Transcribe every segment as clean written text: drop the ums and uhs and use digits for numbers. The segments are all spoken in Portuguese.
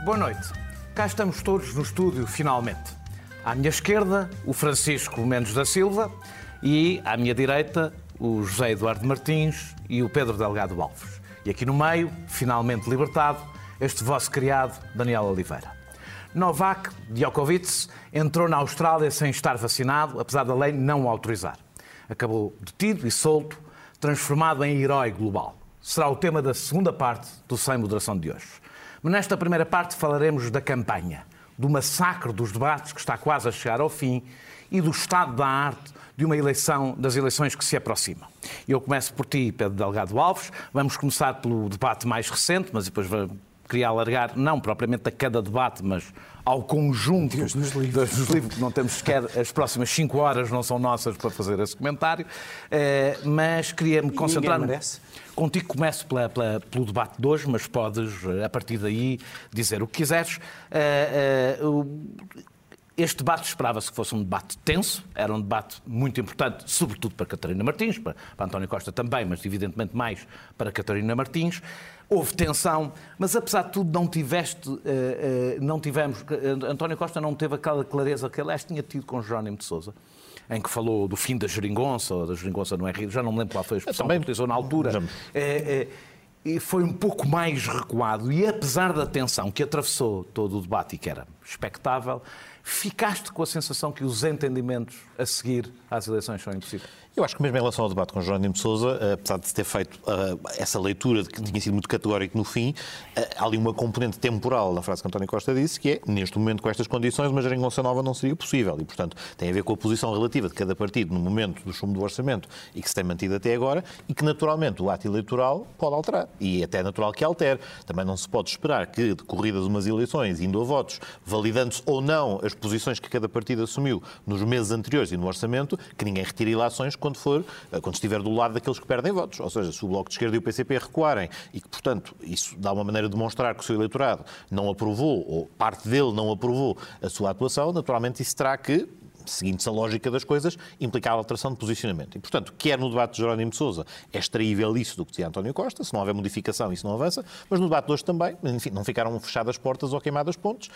Boa noite. Cá estamos todos no estúdio, finalmente. À minha esquerda, o Francisco Mendes da Silva e à minha direita, o José Eduardo Martins e o Pedro Delgado Alves. E aqui no meio, finalmente libertado, este vosso criado, Daniel Oliveira. Novak Djokovic entrou na Austrália sem estar vacinado, apesar da lei não o autorizar. Acabou detido e solto, transformado em herói global. Será o tema da segunda parte do Sem Moderação de hoje. Mas nesta primeira parte falaremos da campanha, do massacre dos debates que está quase a chegar ao fim e do estado da arte de uma eleição, das eleições que se aproximam. Eu começo por ti, Pedro Delgado Alves. Vamos começar pelo debate mais recente, mas depois queria alargar, não propriamente a cada debate, mas ao conjunto dos livros, que não temos sequer, as próximas 5 horas não são nossas para fazer esse comentário, mas queria-me concentrar... Contigo começo pelo debate de hoje, mas podes, a partir daí, dizer o que quiseres. Este debate esperava-se que fosse um debate tenso, era um debate muito importante, sobretudo para Catarina Martins, para António Costa também, mas evidentemente mais para Catarina Martins. Houve tensão, mas apesar de tudo não tivemos... António Costa não teve aquela clareza que, aliás, tinha tido com Jerónimo de Sousa, em que falou do fim da geringonça, ou da geringonça não é rio, já não me lembro qual foi a expressão que utilizou na altura. E foi um pouco mais recuado, e apesar da tensão que atravessou todo o debate e que era expectável, ficaste com a sensação que os entendimentos a seguir às eleições são impossíveis? Eu acho que mesmo em relação ao debate com Jerónimo de Sousa, apesar de se ter feito essa leitura de que tinha sido muito categórico no fim, há ali uma componente temporal na frase que António Costa disse, que é, neste momento, com estas condições, uma geringonça nova não seria possível. E, portanto, tem a ver com a posição relativa de cada partido no momento do chumbo do orçamento e que se tem mantido até agora e que, naturalmente, o ato eleitoral pode alterar. E é até natural que altere. Também não se pode esperar que, decorridas umas eleições, indo a votos, validando-se ou não as posições que cada partido assumiu nos meses anteriores e no orçamento, que ninguém retire ilações quando estiver do lado daqueles que perdem votos. Ou seja, se o Bloco de Esquerda e o PCP recuarem e que, portanto, isso dá uma maneira de demonstrar que o seu eleitorado não aprovou, ou parte dele não aprovou a sua atuação, naturalmente isso terá que, seguindo-se a lógica das coisas, implicar a alteração de posicionamento. E, portanto, quer no debate de Jerónimo de Sousa é extraível isso do que dizia António Costa, se não houver modificação isso não avança, mas no debate de hoje também, enfim, não ficaram fechadas portas ou queimadas pontes,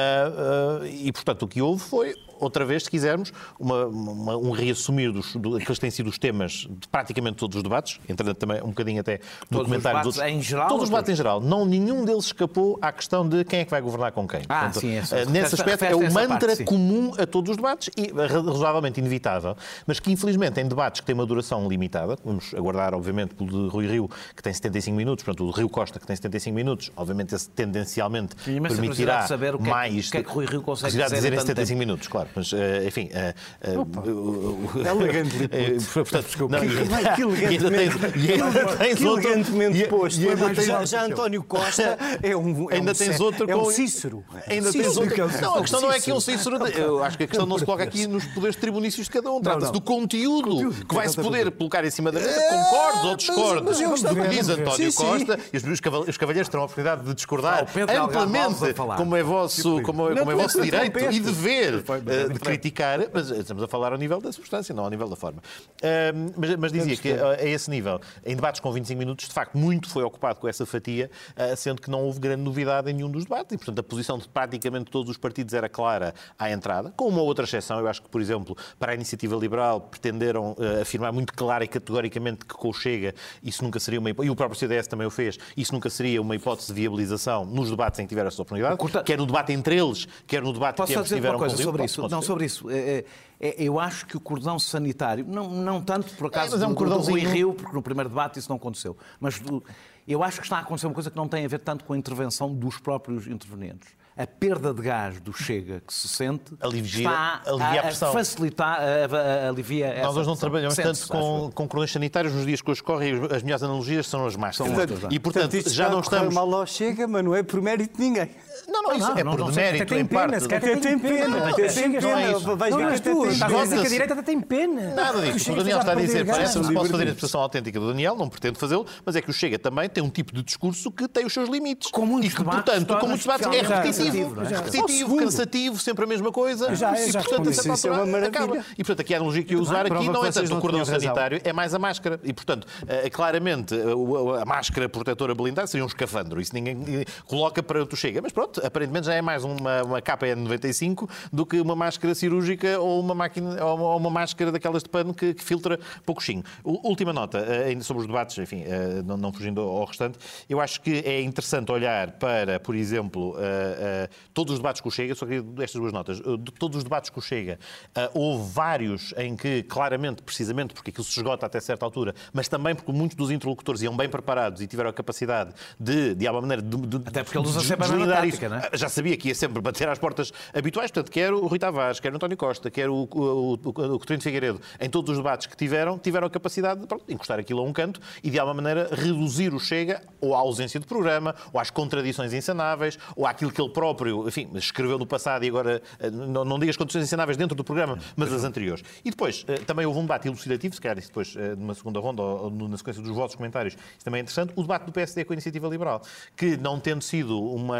e, portanto, o que houve foi, outra vez, se quisermos, um reassumir daqueles que têm sido os temas de praticamente todos os debates, entrando também um bocadinho até no todos comentário os debates em geral? Todos os debates em geral. Nenhum deles escapou à questão de quem é que vai governar com quem. Portanto, sim, nesse aspecto é o mantra comum a todos os debates e razoavelmente inevitável, mas que infelizmente em debates que têm uma duração limitada, vamos aguardar obviamente pelo de Rui Rio, que tem 75 minutos, portanto o de Rio Costa, que tem 75 minutos, obviamente esse tendencialmente permitirá saber mais... O que é que Rui Rio consegue dizer em 75 minutos, claro, mas enfim... elegantemente portanto, que elegantemente posto. Já António Costa é um Cícero. Ainda tens outro... Não, a questão não é que é um Cícero... Eu acho que a questão não se coloca aqui nos poderes tribunícios de cada um. Trata-se do conteúdo que vai-se poder colocar em cima da mesa, concordes ou discordes do que diz António Costa, e os cavalheiros terão a oportunidade de discordar amplamente, como é vosso direito e dever de criticar, mas estamos a falar ao nível da substância, não ao nível da forma. Mas dizia que a esse nível, em debates com 25 minutos, de facto, muito foi ocupado com essa fatia, sendo que não houve grande novidade em nenhum dos debates, e, portanto, a posição de praticamente todos os partidos era clara à entrada, com uma outra exceção. Eu acho que, por exemplo, para a Iniciativa Liberal pretenderam afirmar muito clara e categoricamente que com o Chega isso nunca seria uma hipótese, e o próprio CDS também o fez, isso nunca seria uma hipótese de viabilização nos debates em que tiver essa oportunidade, quer no debate entre eles, quer no debate que tiveram dizer uma coisa sobre isso? Não, sobre isso. Eu acho que o cordão sanitário, não tanto por acaso mas é um do Rui Rio, porque no primeiro debate isso não aconteceu, mas eu acho que está a acontecer uma coisa que não tem a ver tanto com a intervenção dos próprios intervenientes. A perda de gás do Chega que se sente alivia a pressão. A facilitar, alivia essa Nós hoje não trabalhamos tanto com cordões sanitários nos dias que hoje correm, as melhores analogias são as máscaras. E, portanto, já não estamos... mal ao Chega, mas não é por mérito de ninguém. Não, isso é por demérito, em parte. Até tem pena. Vais ver que a direita até tem pena. Nada disso. O Daniel está a dizer, parece-me, posso fazer a interpretação autêntica do Daniel, não pretendo fazê-lo, mas é que o Chega também tem um tipo de discurso que tem os seus limites. Com muitos debates, como muitos debates, é repetitivo. repetitivo, cansativo, sempre a mesma coisa. E, portanto, isso é uma maravilha. E, portanto, aqui a analogia que eu usar aqui não é tanto o cordão sanitário, é mais a máscara. E, portanto, claramente, a máscara protetora blindada seria um escafandro. Isso ninguém coloca para tu chega. Mas pronto, aparentemente já é mais uma KN95 do que uma máscara cirúrgica ou uma máscara daquelas de pano que filtra pouquinho. Última nota, ainda sobre os debates, enfim, não fugindo ao restante, eu acho que é interessante olhar para, por exemplo, todos os debates que o Chega, só queria estas duas notas, de todos os debates que o Chega, houve vários em que, claramente, precisamente porque aquilo se esgota até certa altura, mas também porque muitos dos interlocutores iam bem preparados e tiveram a capacidade de alguma maneira, até porque eles usam sempre a mesma tática, não é? Já sabia que ia sempre bater às portas habituais, portanto, quer o Rui Tavares, quer o António Costa, quer o Coutinho Figueiredo, em todos os debates que tiveram a capacidade de encostar aquilo a um canto e, de alguma maneira, reduzir o Chega ou à ausência de programa, ou às contradições insanáveis, ou àquilo que ele próprio, enfim, escreveu no passado e agora, não digo as contradições insanáveis dentro do programa, mas as anteriores. E depois, também houve um debate elucidativo, se calhar isso depois, numa segunda ronda, ou na sequência dos vossos comentários, isso também é interessante, o debate do PSD com a Iniciativa Liberal, que, não tendo sido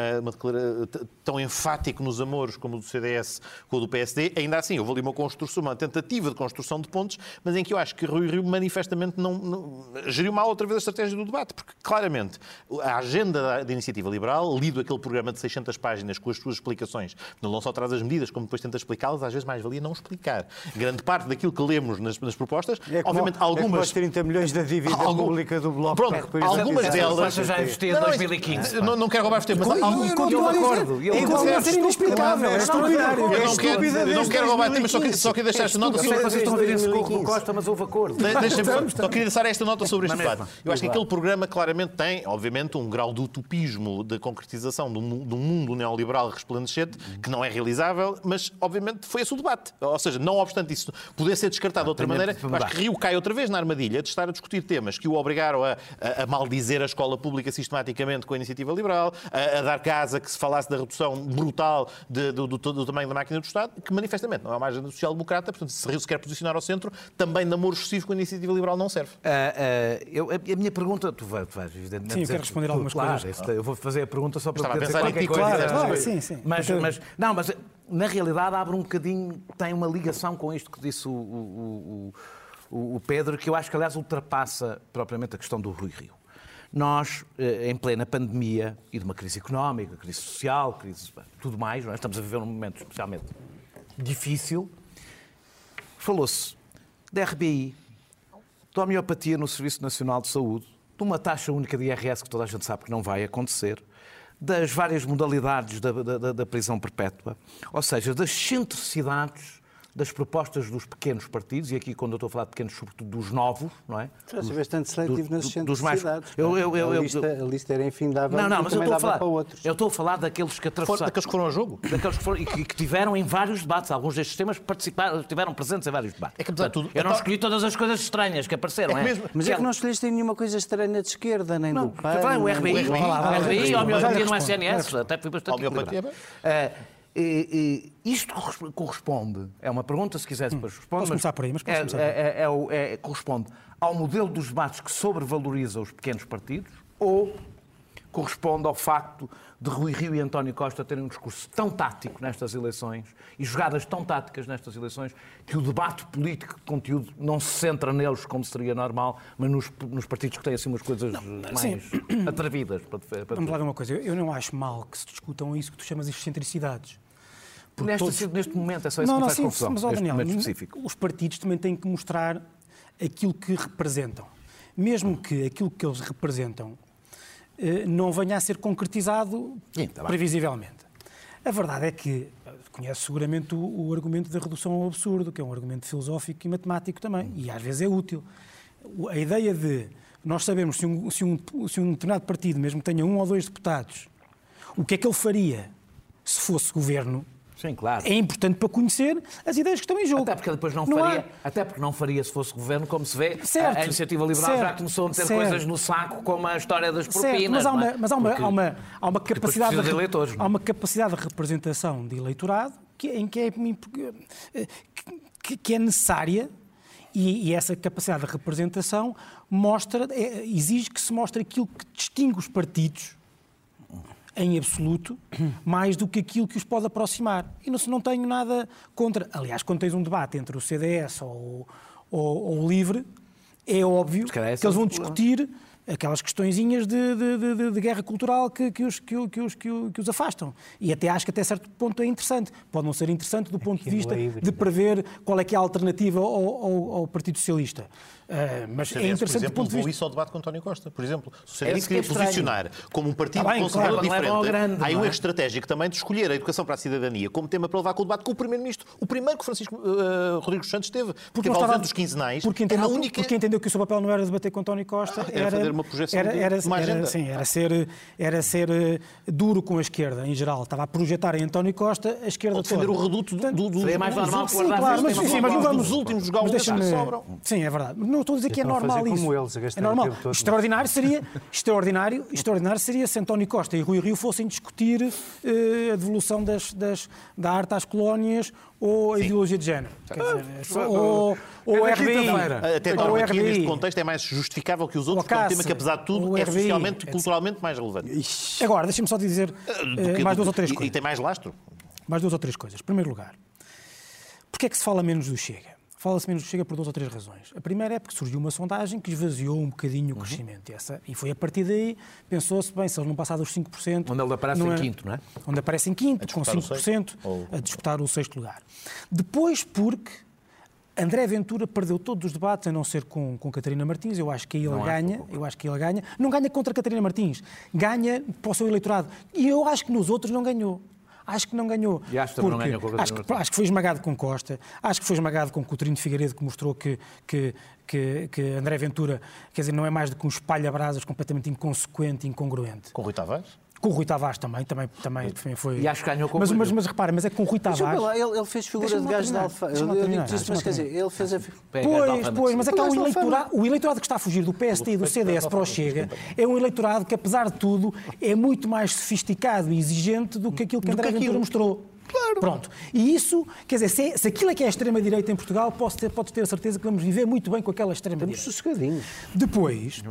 tão enfático nos amores como o do CDS com o do PSD, ainda assim houve ali uma tentativa de construção de pontos, mas em que eu acho que Rui Rio manifestamente não geriu mal outra vez a estratégia do debate, porque claramente a agenda da Iniciativa Liberal, lido aquele programa de 600 páginas com as suas explicações, não só traz as medidas, como depois tenta explicá-las, às vezes mais valia não explicar. Grande parte daquilo que lemos nas propostas, obviamente algumas... os 30 milhões da dívida pública do Bloco. Pronto, algumas delas... já investiu em 2015. Não quero roubar o tempo, mas... Eu continua a ser inexplicável, é extraordinário. Eu não quero roubar tempo, mas só queria deixar esta nota sobre... Vocês estão a ver esse socorro do Costa, mas houve acordo. Só queria deixar esta nota sobre este debate. Eu acho que aquele programa claramente tem, obviamente, um grau de utopismo, de concretização de um mundo neoliberal resplandecente, que não é realizável, mas, obviamente, foi esse o debate. Ou seja, não obstante isso poder ser descartado de outra maneira, eu acho que Rio cai outra vez na armadilha de estar a discutir temas que o obrigaram a maldizer a escola pública sistematicamente com a Iniciativa Liberal, a dar casa que se falasse da redução brutal do tamanho da máquina do Estado, que manifestamente não é uma agenda social-democrata, portanto, se Rio se quer posicionar ao centro, também namoro excessivo com a Iniciativa Liberal não serve. A minha pergunta, tu vais sim, eu quero responder algumas coisas. Eu vou fazer a pergunta só para dizer qualquer coisa. Claro, sim. Mas na realidade abre um bocadinho, tem uma ligação com isto que disse o Pedro, que eu acho que, aliás, ultrapassa propriamente a questão do Rui Rio. Nós, em plena pandemia e de uma crise económica, crise social, tudo mais, nós estamos a viver um momento especialmente difícil, falou-se da RBI, da homeopatia no Serviço Nacional de Saúde, de uma taxa única de IRS que toda a gente sabe que não vai acontecer, das várias modalidades da prisão perpétua, ou seja, das excentricidades das propostas dos pequenos partidos, e aqui quando eu estou a falar de pequenos, sobretudo dos novos, não é? Estás bastante seletivo nas excentricidades. A lista era infindável, mas eu estou a falar daqueles que atravessaram... Daqueles que foram ao jogo? Daqueles que foram e que tiveram em vários debates. Alguns destes temas estiveram presentes em vários debates. É que, portanto, eu não escolhi todas as coisas estranhas que apareceram. Mas é que não escolheste nenhuma coisa estranha de esquerda, nem do PAN. O RBI, a homeopatia no SNS, até foi bastante equilibrado. Isto corresponde, é uma pergunta, se quiser depois responder. Posso começar por aí, mas posso começar por aí. Corresponde ao modelo dos debates que sobrevaloriza os pequenos partidos ou corresponde ao facto de Rui Rio e António Costa terem um discurso tão tático nestas eleições e jogadas tão táticas nestas eleições que o debate político de conteúdo não se centra neles como seria normal, mas nos partidos que têm assim umas coisas mais atrevidas. Vamos lá ver uma coisa, eu não acho mal que se discutam isso que tu chamas de excentricidades. Neste momento é só isso que me faz confusão, mas, Daniel, momento específico. Os partidos também têm que mostrar aquilo que representam. Mesmo que aquilo que eles representam não venha a ser concretizado previsivelmente. A verdade é que conhece seguramente o argumento da redução ao absurdo, que é um argumento filosófico e matemático também, e às vezes é útil. A ideia de nós sabermos se um determinado partido, mesmo que tenha 1 ou 2 deputados, o que é que ele faria se fosse governo, sim, claro, é importante para conhecer as ideias que estão em jogo. Até porque depois não faria se fosse governo, como se vê, certo, a Iniciativa Liberal já começou a meter coisas no saco, como a história das propinas. Certo, mas há uma capacidade de eleitores, há uma capacidade de representação de eleitorado que é necessária, e essa capacidade de representação exige que se mostre aquilo que distingue os partidos em absoluto, mais do que aquilo que os pode aproximar. E não tenho nada contra. Aliás, quando tens um debate entre o CDS ou o LIVRE, é óbvio que eles vão discutir aquelas questõezinhas de guerra cultural que os afastam. E até acho que até certo ponto é interessante. Pode não ser interessante do ponto de vista de prever qual é que é a alternativa ao Partido Socialista. Mas é interessante do ponto de vista... isso ao debate com António Costa, por exemplo. O CDS queria posicionar como um partido conservador diferente. Há um erro estratégico também de escolher a educação para a cidadania como tema para levar com o debate com o Primeiro-Ministro. O primeiro que o Francisco Rodrigues Santos teve. Porque ausente dos quinzenais. Porque entendeu que o seu papel não era debater com António Costa. Era fazer uma projeção de uma agenda. Sim, era ser duro com a esquerda, em geral. Estava a projetar em António Costa a esquerda ou defender o reduto do... Seria mais normal que mas não vamos... Os últimos gaúchos que sobram. Sim, é verdade. Não estou a dizer que é normal isso. Como eles, é normal. Extraordinário seria se António Costa e Rui Rio fossem discutir a devolução da arte às colónias ou a ideologia de género. Ou o RBI. Até torna aqui, neste contexto, é mais justificável que os outros, porque é um tema que, apesar de tudo, é socialmente e culturalmente mais relevante. Agora, deixa-me só dizer mais duas ou três coisas. E tem mais lastro? Mais duas ou três coisas. Em primeiro lugar, porquê é que se fala menos do Chega? Fala-se menos do Chega por duas ou três razões. A primeira é porque surgiu uma sondagem que esvaziou um bocadinho o crescimento. E foi a partir daí, pensou-se, bem, se eles não passarem dos 5%... Onde ele aparece em quinto, não é? Onde aparece em quinto, com 5%, a disputar o sexto lugar. Depois, porque André Ventura perdeu todos os debates, a não ser com Catarina Martins. Eu acho que aí ele ganha. Não ganha contra Catarina Martins, ganha para o seu eleitorado. E eu acho que nos outros não ganhou. Acho que não ganhou. E acho que não ganhou com a acho que foi esmagado com Costa, acho que foi esmagado com Coutinho de Figueiredo, que mostrou que André Ventura, quer dizer, não é mais do que um espalha-brasas completamente inconsequente e incongruente. Com Rui Tavares? Com o Rui Tavares também foi... E acho que ganhou com mas repara, mas é com o Rui Tavares... Ele fez figura de gajo de alfa. Eu digo isto, mas quer dizer, ele fez a... Pois, mas é que o eleitorado que está a fugir do PSD e do CDS para o Chega é um eleitorado que, apesar de tudo, é muito mais sofisticado e exigente do que aquilo que André Ventura mostrou. Claro. Pronto. E isso, quer dizer, se aquilo é que é a extrema-direita em Portugal, podes ter a certeza que vamos viver muito bem com aquela extrema-direita. Estamos sossegadinhos. Depois,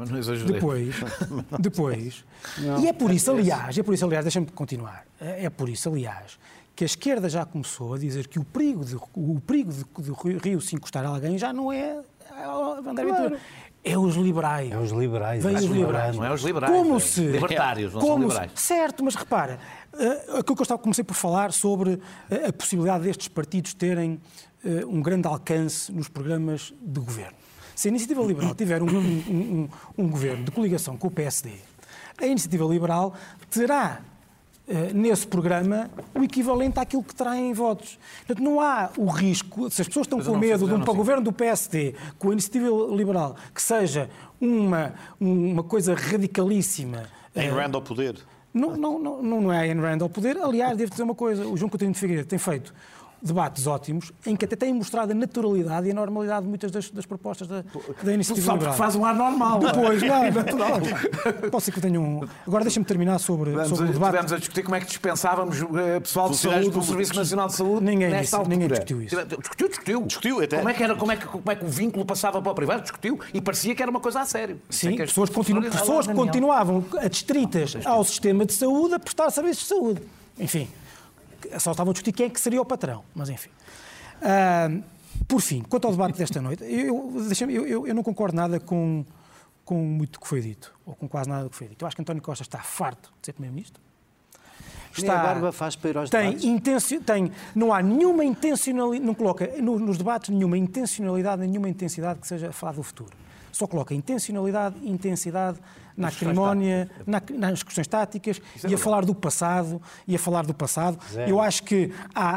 e é por isso, aliás, deixa-me continuar, é por isso, aliás, que a esquerda já começou a dizer que o perigo de Rio se encostar a alguém já não é André Ventura. É os liberais. Vêm os liberais. Não é os liberais. Libertários, não são liberais. Certo, mas repara, aquilo que eu comecei por falar sobre a possibilidade destes partidos terem um grande alcance nos programas de governo. Se a Iniciativa Liberal tiver um governo de coligação com o PSD, a Iniciativa Liberal terá nesse programa o equivalente àquilo que terá em votos. Portanto, não há o risco, se as pessoas estão com medo de um governo do PSD com a Iniciativa Liberal que seja uma coisa radicalíssima... Ayn Rand ao poder. Não é Ayn Rand ao poder. Aliás, devo dizer uma coisa, o João Coutinho de Figueiredo tem feito debates ótimos, em que até têm mostrado a naturalidade e a normalidade de muitas das propostas da Iniciativa Liberal. Faz um ar normal. Depois, Pode ser que tenham... Agora deixa-me terminar sobre o debate. Estivemos a discutir como é que dispensávamos pessoal de saúde do Serviço Nacional de Saúde. Ninguém discutiu isso. Discutiu até. Como é que o vínculo passava para o privado? Discutiu e parecia que era uma coisa a sério. Sim, pessoas que continuavam adstritas ao sistema de saúde a prestar serviços de saúde. Enfim... Só estavam a discutir quem é que seria o patrão, mas enfim. Por fim, quanto ao debate desta noite, eu não concordo nada com muito do que foi dito, ou com quase nada do que foi dito. Eu acho que António Costa está farto de ser primeiro-ministro. A barba faz para ir aos debates. Não há nenhuma intencionalidade, não coloca nos debates nenhuma intencionalidade, nenhuma intensidade que seja a falar do futuro. Só coloca intencionalidade e intensidade na acrimónia, nas questões táticas e a falar do passado. Eu acho que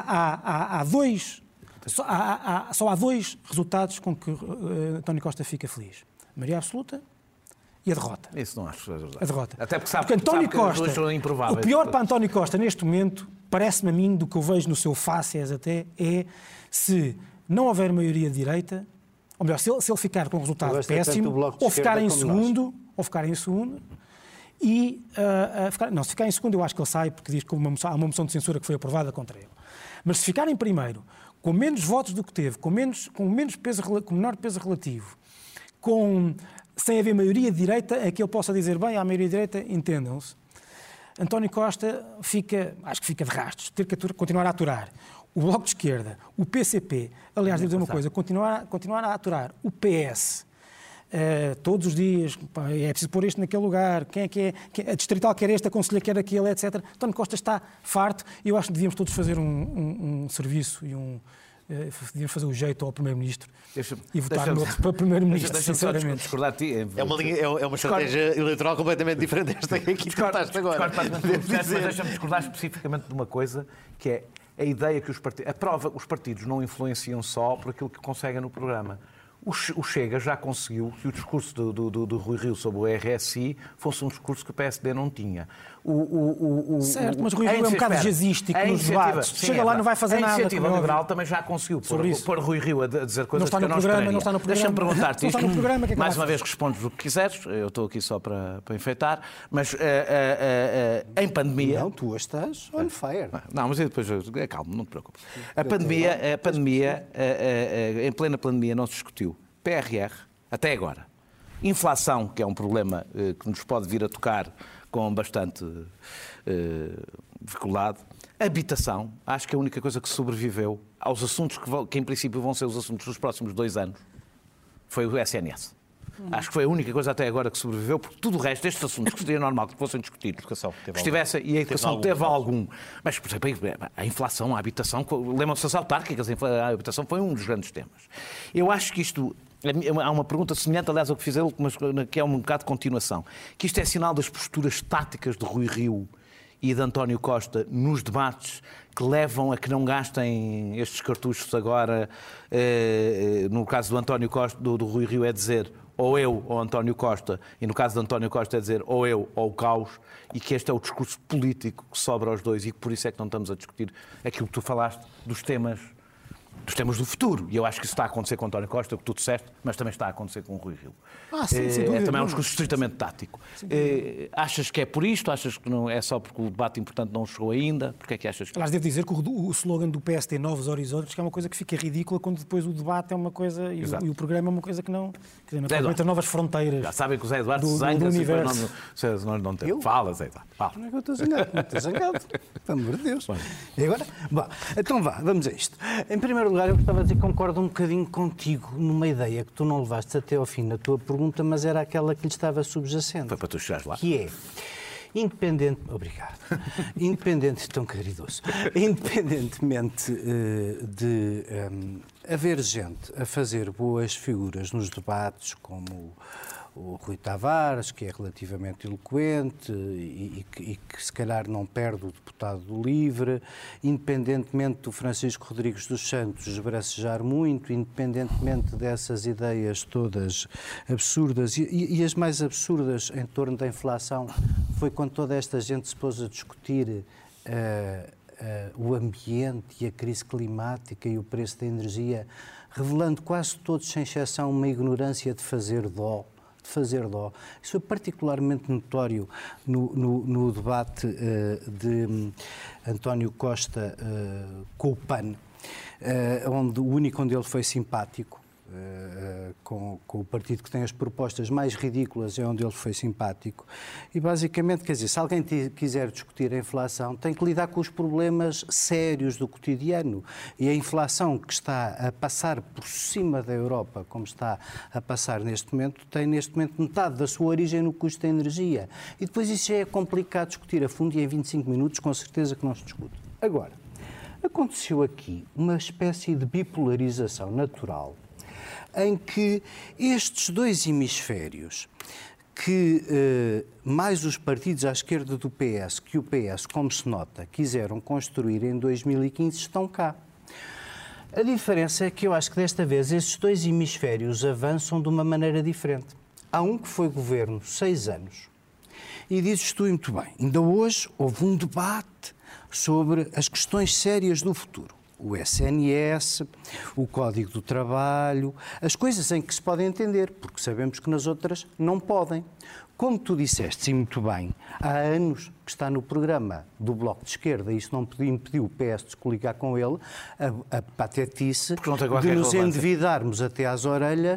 só há dois resultados com que António Costa fica feliz. A maioria absoluta e a derrota. Isso não acho verdade. A derrota. Até porque sabe António que Costa, são improváveis. o pior para António Costa neste momento, parece-me a mim, do que eu vejo no seu facies até, é se não houver maioria de direita, ou melhor, se ele ficar com um resultado péssimo, ou ficar em segundo, e se ficar em segundo eu acho que ele sai, porque diz que há uma moção de censura que foi aprovada contra ele. Mas se ficar em primeiro, com menos votos do que teve, com menor peso relativo, sem haver maioria de direita, é que ele possa dizer, bem, à maioria de direita, entendam-se. António Costa acho que fica de rastros, ter que continuar a aturar o Bloco de Esquerda, o PCP, aliás, devo dizer uma coisa, continuar a aturar o PS, todos os dias, é preciso pôr este naquele lugar, quem é que é, a distrital quer este, a conselheira quer aquele, etc. António Costa está farto e eu acho que devíamos todos fazer um serviço e devíamos fazer o jeito ao Primeiro-Ministro e votar no outro para Primeiro-Ministro, sinceramente. Discordar de ti. É uma estratégia eleitoral completamente diferente desta que aqui discordaste agora. Mas deixa-me discordar especificamente de uma coisa, que é a ideia que os partidos não influenciam só por aquilo que conseguem no programa. O Chega já conseguiu que o discurso do Rui Rio sobre o RSI fosse um discurso que o PSD não tinha. Certo, mas Rui Rio é um bocado jazzístico nos debates. Chega lá e não vai fazer nada. A Iniciativa Liberal também já conseguiu pôr Rui Rio a dizer coisas que eu não esperaria. Não está no programa. Deixa-me perguntar-te isto. Mais uma vez respondes o que quiseres. Eu estou aqui só para enfeitar. Mas em pandemia... Não, tu estás on fire. Não, mas depois... Calma, não te preocupes. A pandemia, em plena pandemia, não se discutiu PRR, até agora. Inflação, que é um problema que nos pode vir a tocar com bastante dificuldade. Habitação, acho que a única coisa que sobreviveu aos assuntos que em princípio vão ser os assuntos dos próximos 2 anos foi o SNS. Acho que foi a única coisa até agora que sobreviveu, porque tudo o resto, estes assuntos que seria normal que fossem discutidos, e a educação teve algum. Mas, por exemplo, a inflação, a habitação, lembram-se das autárquicas, a habitação foi um dos grandes temas. Eu acho que isto... Há uma pergunta semelhante, aliás, ao que fiz ele, mas que é um bocado de continuação. Que isto é sinal das posturas táticas de Rui Rio e de António Costa nos debates que levam a que não gastem estes cartuchos agora. No caso do António Costa, do Rui Rio, é dizer ou eu ou António Costa, e no caso de António Costa é dizer ou eu ou o caos, e que este é o discurso político que sobra aos dois e que por isso é que não estamos a discutir aquilo que tu falaste dos temas do futuro. E eu acho que isso está a acontecer com António Costa, o que tu disseste, mas também está a acontecer com o Rui Rio. É também um discurso estritamente tático. Achas que é por isto? Achas que não é só porque o debate importante não chegou ainda? Porque é que achas que... Aliás, devo dizer que o slogan do PSD Novos Horizontes que é uma coisa que fica ridícula quando depois o debate é uma coisa e o programa é uma coisa que não aproveita novas fronteiras. Já sabem que o Zé Eduardo se zanga se nós não temos. Fala, Zé Eduardo. Fala. Não é que eu estou zangado, não estou zangado. Pelo amor de Deus. E agora? Bom, então vamos a isto. Em primeiro lugar, eu gostava de dizer que concordo um bocadinho contigo numa ideia que tu não levaste até ao fim na tua pergunta, mas era aquela que lhe estava subjacente. Foi para tu chegares lá. Que é, obrigado, tão caridoso, independentemente de haver gente a fazer boas figuras nos debates, como o Rui Tavares, que é relativamente eloquente e que se calhar não perde o deputado do LIVRE, independentemente do Francisco Rodrigues dos Santos esbracejar muito, independentemente dessas ideias todas absurdas, e as mais absurdas em torno da inflação foi quando toda esta gente se pôs a discutir o ambiente e a crise climática e o preço da energia, revelando quase todos, sem exceção, uma ignorância de fazer dó. Isso foi particularmente notório no debate de António Costa com o PAN, o único onde ele foi simpático, com o partido que tem as propostas mais ridículas, é onde ele foi simpático. E basicamente, quer dizer, se alguém quiser discutir a inflação, tem que lidar com os problemas sérios do cotidiano. E a inflação que está a passar por cima da Europa, como está a passar neste momento, tem neste momento metade da sua origem no custo da energia. E depois isso já é complicado discutir a fundo e em 25 minutos com certeza que não se discute. Agora, aconteceu aqui uma espécie de bipolarização natural em que estes dois hemisférios, que mais os partidos à esquerda do PS, que o PS, como se nota, quiseram construir em 2015, estão cá. A diferença é que eu acho que desta vez estes dois hemisférios avançam de uma maneira diferente. Há um que foi governo 6 anos e dizes tu muito bem, ainda hoje houve um debate sobre as questões sérias do futuro. O SNS, o Código do Trabalho, as coisas em que se podem entender, porque sabemos que nas outras não podem. Como tu disseste, e muito bem, há anos que está no programa do Bloco de Esquerda, e isso não impediu o PS de coligar com ele, a patetice de nos endividarmos até às orelhas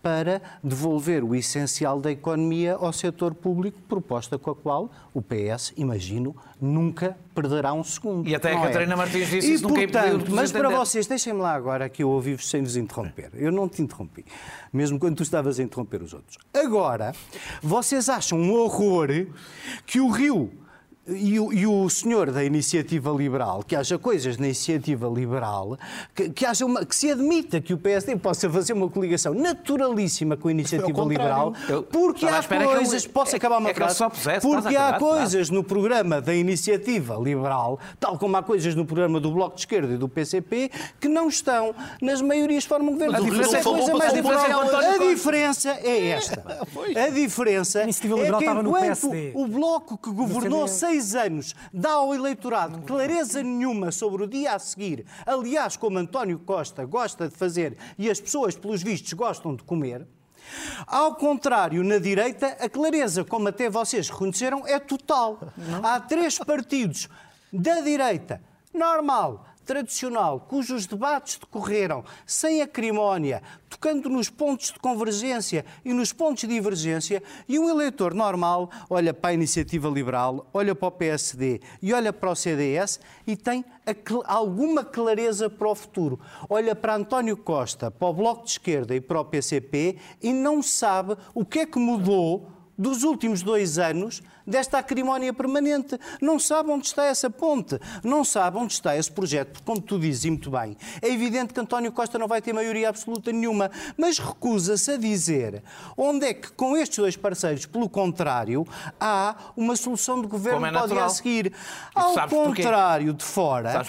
para devolver o essencial da economia ao setor público, proposta com a qual o PS, imagino, nunca perderá um segundo. E até a Catarina Martins disse isso nunca portanto, mas para vocês, deixem-me lá agora que eu ouvi-vos sem vos interromper. Eu não te interrompi, mesmo quando tu estavas a interromper os outros. Agora, vocês acham um horror que o Rio e o senhor da Iniciativa Liberal, que haja coisas na Iniciativa Liberal, que se admita que o PSD possa fazer uma coligação naturalíssima com a Iniciativa Liberal, porque há coisas... Posso acabar uma frase? Porque há coisas no programa da Iniciativa Liberal, tal como há coisas no programa do Bloco de Esquerda e do PCP, que não estão nas maiorias que formam governo. A diferença é a coisa mais diferente. A diferença é esta. A diferença é que enquanto o Bloco que governou 6 anos dá ao eleitorado clareza nenhuma sobre o dia a seguir, aliás, como António Costa gosta de fazer e as pessoas, pelos vistos, gostam de comer, ao contrário, na direita, a clareza, como até vocês reconheceram, é total. Há 3 partidos da direita, normal, tradicional, cujos debates decorreram sem acrimónia, tocando nos pontos de convergência e nos pontos de divergência, e um eleitor normal olha para a Iniciativa Liberal, olha para o PSD e olha para o CDS e tem alguma clareza para o futuro. Olha para António Costa, para o Bloco de Esquerda e para o PCP e não sabe o que é que mudou dos últimos 2 anos desta acrimónia permanente. Não sabe onde está essa ponte, não sabe onde está esse projeto, porque, como tu dizes muito bem, é evidente que António Costa não vai ter maioria absoluta nenhuma, mas recusa-se a dizer onde é que, com estes 2 parceiros, pelo contrário, há uma solução de governo para o dia a seguir. Ao contrário de fora,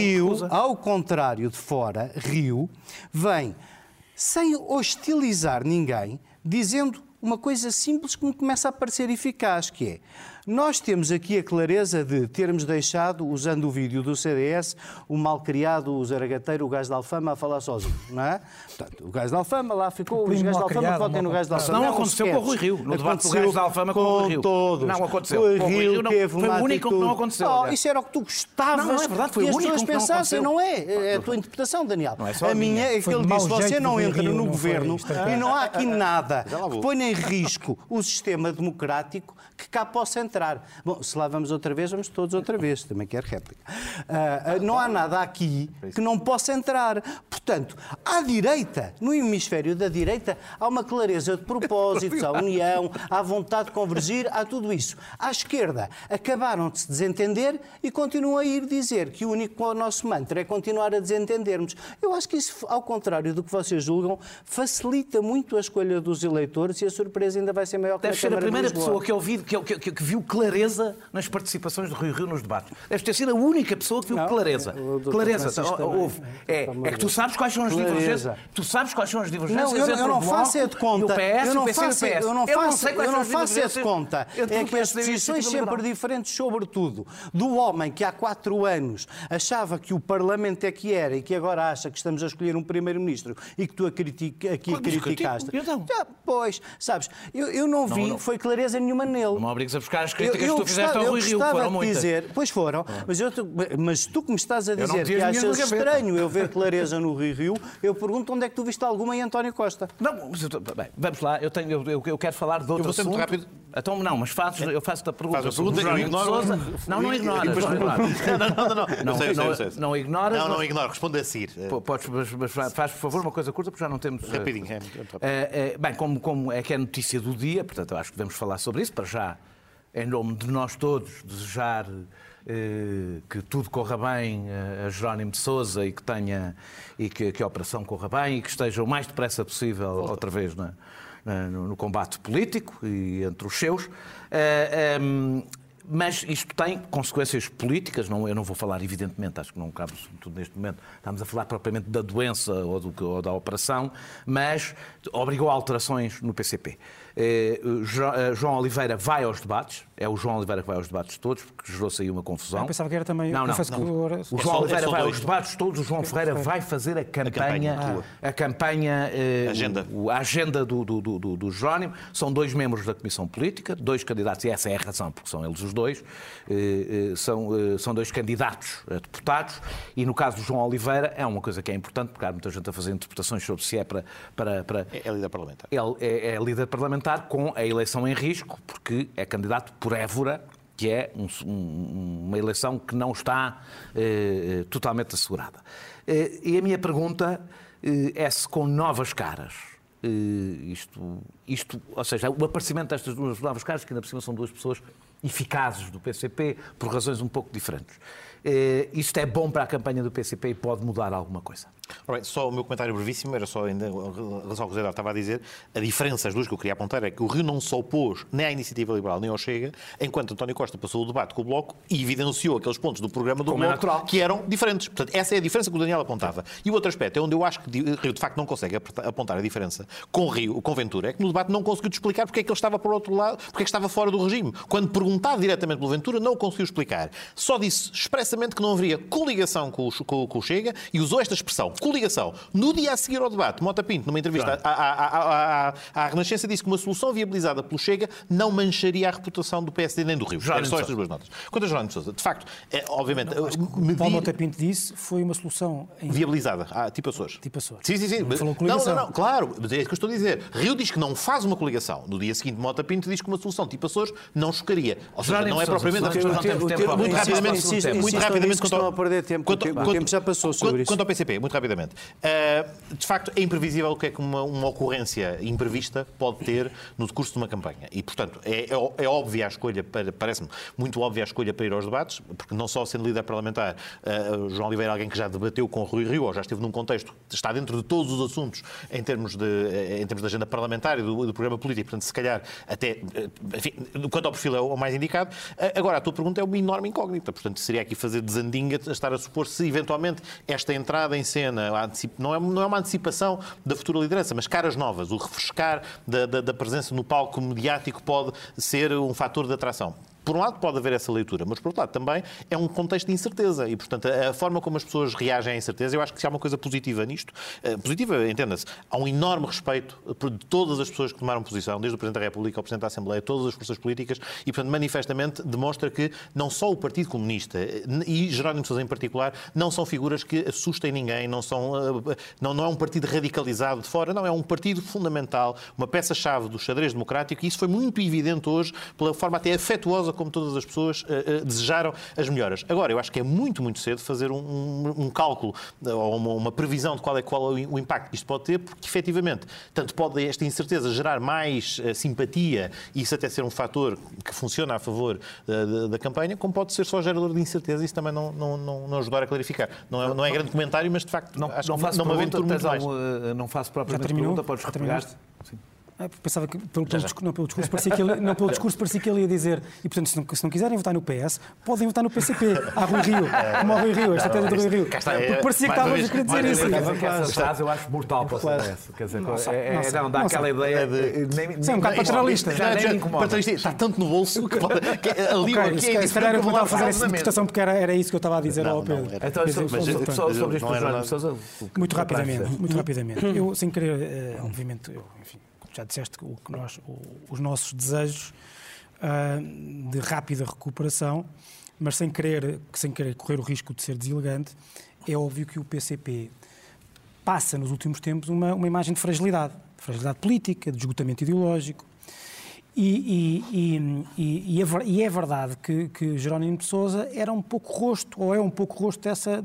Rio vem, sem hostilizar ninguém, dizendo uma coisa simples que me começa a parecer eficaz, que é: nós temos aqui a clareza de termos deixado, usando o vídeo do CDS, o malcriado, o zaragateiro, o gajo da Alfama a falar sozinho, não é? Portanto, o gajo da Alfama lá ficou, os gajos da Alfama votem no gajo da Alfama. Não aconteceu com o Rui Rio, no debate do gajo da Alfama com o Rui Rio. Todos. Não aconteceu. O Rio teve foi o único que não aconteceu. Isso era o que tu gostavas. Não é verdade, foi que o único as pessoas pensassem, não é? É a tua interpretação, Daniel. A minha é que ele disse: você não entra no governo e não há aqui nada que ponha em risco o sistema democrático que cá possa entrar. Bom, se lá vamos outra vez, vamos todos outra vez. Também quero réplica. Não há nada aqui que não possa entrar. Portanto, à direita, no hemisfério da direita, há uma clareza de propósitos, há união, há vontade de convergir, há tudo isso. À esquerda, acabaram de se desentender e continuam a ir dizer que o único nosso mantra é continuar a desentendermos. Eu acho que isso, ao contrário do que vocês julgam, facilita muito a escolha dos eleitores e a surpresa ainda vai ser maior que Deve ser a primeira pessoa que eu vi que viu clareza nas participações de Rui Rio nos debates. Deves ter sido a única pessoa que viu clareza. Clareza. Houve. É que tu sabes quais são as divergências. Tu sabes quais são as divergências entre o Bloco e o PS, o PC e o PS. Eu não faço esse de conta. É que as posições sempre diferentes, sobretudo, do homem que há 4 anos achava que o Parlamento é que era e que agora acha que estamos a escolher um Primeiro-Ministro e que tu aqui criticaste. Pois, sabes, eu não vi, foi clareza nenhuma nele. Não me obrigues a buscar as críticas que tu fizeste ao Rui Rio, foram muitas. Pois foram, mas tu que me estás a dizer que achas estranho eu ver clareza no Rui Rio, eu pergunto onde é que tu viste alguma em António Costa. Não, mas bem, vamos lá, eu quero falar de outro assunto. Muito rápido. Então, não, mas eu faço-te a pergunta. Faz a pergunta, eu ignoro. Não ignoras. Não ignoras. Não ignoro, responde a seguir. Mas faz, por favor, uma coisa curta, porque já não temos... Rapidinho. Bem, como é que é a notícia do dia, portanto, eu acho que devemos falar sobre isso, para já, em nome de nós todos, desejar que tudo corra bem a Jerónimo de Sousa e que a operação corra bem e que esteja o mais depressa possível outra vez no combate político e entre os seus. Mas isto tem consequências políticas, eu não vou falar, evidentemente, acho que não cabe sobretudo neste momento, estamos a falar propriamente da doença ou da operação, mas obrigou a alterações no PCP. João Oliveira vai aos debates, é o João Oliveira que vai aos debates todos, porque gerou-se aí uma confusão. Eu pensava que era também... Não. O João Oliveira vai aos debates todos, o João Ferreira vai fazer a campanha, a agenda do Jerónimo. São 2 membros da Comissão Política, 2 candidatos, e essa é a razão, porque são eles os 2, são 2 candidatos a deputados, e no caso do João Oliveira é uma coisa que é importante, porque há muita gente a fazer interpretações sobre se é para... É líder parlamentar. Ele é líder parlamentar com a eleição em risco, porque é candidato por Évora, que é uma eleição que não está totalmente assegurada. E a minha pergunta é se com novas caras, ou seja, o aparecimento destas 2 novas caras, que ainda por cima são 2 pessoas eficazes do PCP, por razões um pouco diferentes. Isto é bom para a campanha do PCP e pode mudar alguma coisa? Só o meu comentário brevíssimo, era só ainda, em relação ao que o José estava a dizer, a diferença, as 2 que eu queria apontar, é que o Rio não se opôs nem à Iniciativa Liberal nem ao Chega, enquanto António Costa passou o debate com o Bloco e evidenciou aqueles pontos do programa do Bloco que eram diferentes. Portanto, essa é a diferença que o Daniel apontava. E o outro aspecto é onde eu acho que Rio de facto não consegue apontar a diferença com Ventura, é que no debate não conseguiu explicar porque é que ele estava por outro lado, porque é que estava fora do regime. Quando perguntado diretamente pelo Ventura, não o conseguiu explicar. Só disse expressamente que não haveria coligação com o Chega e usou esta expressão, coligação. No dia a seguir ao debate, Mota Pinto, numa entrevista à Renascença, disse que uma solução viabilizada pelo Chega não mancharia a reputação do PSD nem do Rio. Eram só estas 2 notas. Quanto a Jerónimo de Sousa, de facto, obviamente... Paulo Mota Pinto disse foi uma solução... Viabilizada, tipo Açores. Sim. Não falou coligação. Não, claro, mas é isso que eu estou a dizer. Rio diz que não faz uma coligação. No dia seguinte, Mota Pinto diz que uma solução tipo Açores não chocaria. Ou seja, não é propriamente... Muito rapidamente, estão a perder tempo. O tempo já passou sobre isso. Quanto ao PCP, muito rapidamente. De facto, é imprevisível o que é que uma ocorrência imprevista pode ter no decurso de uma campanha. E, portanto, é óbvia a escolha, parece-me muito óbvia a escolha para ir aos debates, porque não só sendo líder parlamentar, João Oliveira é alguém que já debateu com o Rui Rio, ou já esteve num contexto, está dentro de todos os assuntos em termos de agenda parlamentar e do programa político, portanto, se calhar, até, enfim, quanto ao perfil é o mais indicado. Agora, a tua pergunta é uma enorme incógnita, portanto, seria aqui fazer desandinga a estar a supor se, eventualmente, esta entrada em cena, não é uma antecipação da futura liderança, mas caras novas, o refrescar da presença no palco mediático pode ser um fator de atração. Por um lado pode haver essa leitura, mas por outro lado também é um contexto de incerteza e, portanto, a forma como as pessoas reagem à incerteza, eu acho que se há uma coisa positiva nisto, positiva, entenda-se, há um enorme respeito de todas as pessoas que tomaram posição, desde o Presidente da República ao Presidente da Assembleia, todas as forças políticas e, portanto, manifestamente demonstra que não só o Partido Comunista e Jerónimo de Sousa em particular não são figuras que assustem ninguém, não é um partido radicalizado de fora, não, é um partido fundamental, uma peça-chave do xadrez democrático e isso foi muito evidente hoje pela forma até afetuosa como todas as pessoas desejaram as melhoras. Agora, eu acho que é muito, muito cedo fazer um cálculo ou uma previsão de qual é o impacto que isto pode ter, porque, efetivamente, tanto pode esta incerteza gerar mais simpatia e isso até ser um fator que funciona a favor da campanha, como pode ser só gerador de incerteza e isso também não ajudar a clarificar. Não é grande comentário, mas, de facto, não faço me aventuro muito mais. Não faço propriamente pergunta, podes repetir. Sim. Pensava que pelo discurso parecia que ele ia dizer e, portanto, se não quiserem votar no PS, podem votar no PCP. Há Rui Rio, como ao Rui Rio, a estratégia do Rui Rio. Porque parecia que estavas a querer dizer isso. Essa frase eu acho mortal para o PS. Quer dizer, não dá aquela ideia de... Sim, um bocado paternalista. Está tanto no bolso que ali se calhar eu vou fazer essa interpretação porque era isso que eu já disse ao Pedro. Então, sobre isto, Jerónimo de Sousa... Muito rapidamente. Eu, sem querer, obviamente, enfim, já disseste os nossos desejos de rápida recuperação, mas sem querer correr o risco de ser deselegante, é óbvio que o PCP passa nos últimos tempos uma imagem de fragilidade política, de esgotamento ideológico. E é verdade que Jerónimo de Sousa era um pouco rosto, ou é um pouco rosto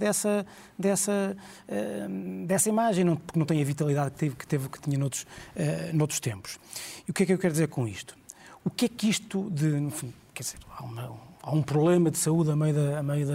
dessa imagem, porque não tem a vitalidade que tinha noutros tempos. E o que é que eu quero dizer com isto? O que é que isto enfim, quer dizer, há um problema de saúde a meio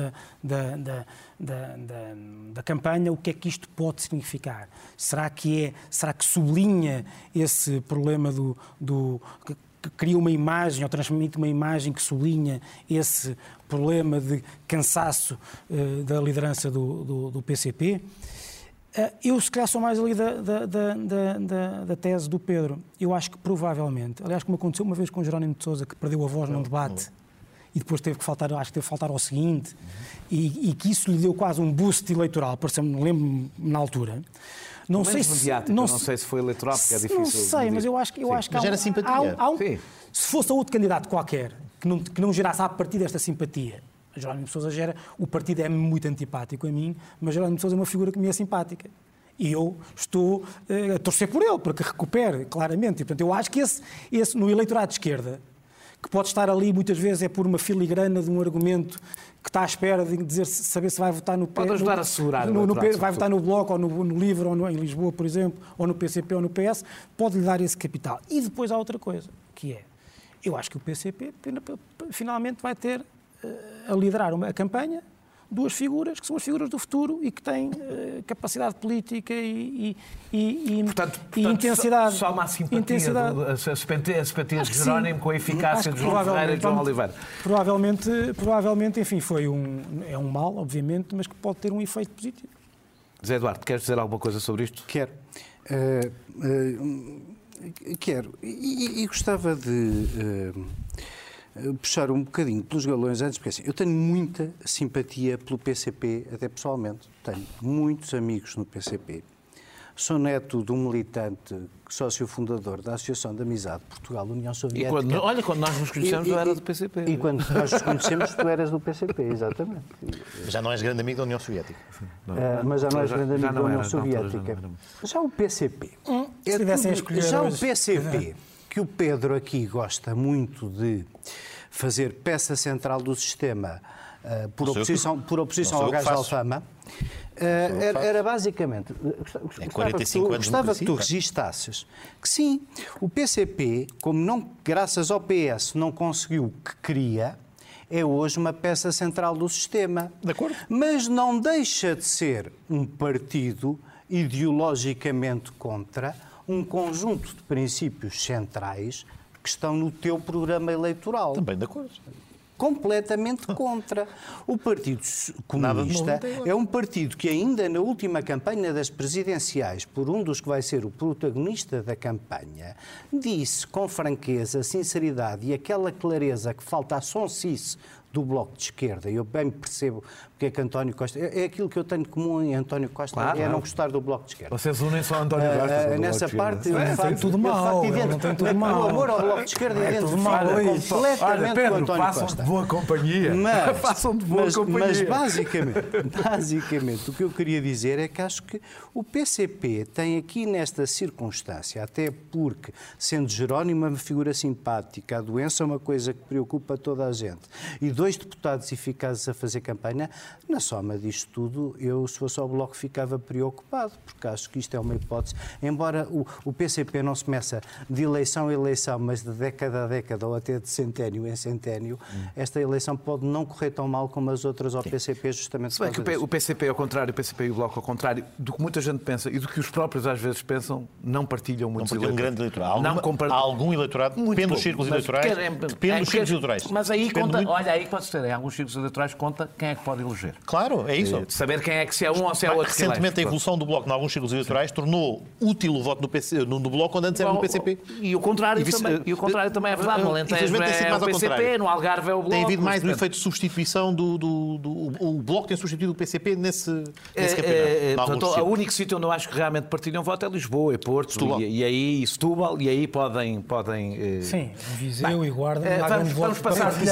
da campanha, o que é que isto pode significar? Será que sublinha esse problema que cria uma imagem ou transmite uma imagem que sublinha esse problema de cansaço da liderança do PCP? Eu, se calhar, sou mais ali da tese do Pedro. Eu acho que, provavelmente, aliás, como aconteceu uma vez com o Jerónimo de Sousa, que perdeu a voz num debate e depois teve que faltar, acho que teve que faltar ao seguinte, e que isso lhe deu quase um boost eleitoral, lembro-me na altura. Não sei se foi eleitoral, porque é difícil. Não sei, mas eu acho que mas era simpatia. Se fosse a outro candidato qualquer que não gerasse a partir desta simpatia, Jerónimo de Sousa gera, o partido é muito antipático a mim, mas Jerónimo de Sousa é uma figura que me é simpática. E eu estou a torcer por ele, para que recupere, claramente. E, portanto, eu acho que esse no eleitorado de esquerda, que pode estar ali muitas vezes é por uma filigrana de um argumento que está à espera de dizer, saber se vai votar no Pode ajudar a segurar vai votar no Bloco, ou no Livre, ou em Lisboa, por exemplo, ou no PCP ou no PS, pode-lhe dar esse capital. E depois há outra coisa, que é, eu acho que o PCP finalmente vai ter a liderar a campanha duas figuras, que são as figuras do futuro e que têm capacidade política e intensidade. Só uma simpatia, a simpatia de Jerónimo com a eficácia de João Ferreira e de João Oliveira. Provavelmente, enfim, é um mal, obviamente, mas que pode ter um efeito positivo. José Eduardo, queres dizer alguma coisa sobre isto? Quero. Quero. E gostava de puxar um bocadinho pelos galões antes, porque assim, eu tenho muita simpatia pelo PCP, até pessoalmente. Tenho muitos amigos no PCP. Sou neto de um militante, sócio fundador da Associação de Amizade Portugal-União Soviética. Quando nós nos conhecemos, eu era do PCP. E quando nós nos conhecemos, tu eras do PCP, exatamente. Já não és grande amigo da União Soviética. Mas já não és grande amigo da União Soviética. Já o PCP. Já o PCP, que o Pedro aqui gosta muito de fazer peça central do sistema por oposição ao gás de Alfama, era basicamente... Gostava que tu registasses que sim, o PCP, como não, graças ao PS, não conseguiu o que queria, é hoje uma peça central do sistema. De acordo. Mas não deixa de ser um partido ideologicamente contra um conjunto de princípios centrais que estão no teu programa eleitoral. Também de acordo. Completamente contra. O Partido Comunista é um partido que ainda na última campanha das presidenciais, por um dos que vai ser o protagonista da campanha, disse com franqueza, sinceridade e aquela clareza que falta à sonsice do Bloco de Esquerda. Eu bem percebo porque é que António Costa... É aquilo que eu tenho de comum em António Costa, não gostar do Bloco de Esquerda. Vocês unem só António Costa. Nessa parte... Não tem tudo mal. O amor ao Bloco de Esquerda identifica completamente com António Costa. Façam de boa companhia. Mas basicamente o que eu queria dizer é que acho que o PCP tem aqui nesta circunstância, até porque, sendo Jerónimo uma figura simpática, a doença é uma coisa que preocupa toda a gente, e 2 deputados eficazes a fazer campanha, na soma disto tudo, eu, se fosse ao Bloco, ficava preocupado, porque acho que isto é uma hipótese. Embora o PCP não se meça de eleição a eleição, mas de década a década, ou até de centénio em centénio, esta eleição pode não correr tão mal como as outras ao PCP, justamente se bem que o PCP, ao contrário, o PCP e o Bloco, ao contrário do que muita gente pensa e do que os próprios às vezes pensam, não partilham muitos eleitores. Um grande eleitorado. Há algum eleitorado, depende dos círculos eleitorais. Depende dos círculos eleitorais. Mas aí conta, olha, aí pode ser, em alguns círculos eleitorais conta quem é que pode eleger. Claro, é isso. Saber quem é que se é um ou se é outro. Recentemente a evolução do Bloco em alguns círculos eleitorais tornou útil o voto no Bloco quando antes era no PCP. E o contrário também é verdade. No Alentejo é o PCP, no Algarve é o Bloco. Tem havido mais um efeito de substituição o Bloco tem substituído o PCP nesse campeonato. Portanto, o único sítio onde eu acho que realmente partilham voto é Lisboa e Porto e Setúbal, e aí podem... Sim, Viseu e Guarda. Vamos passar disso.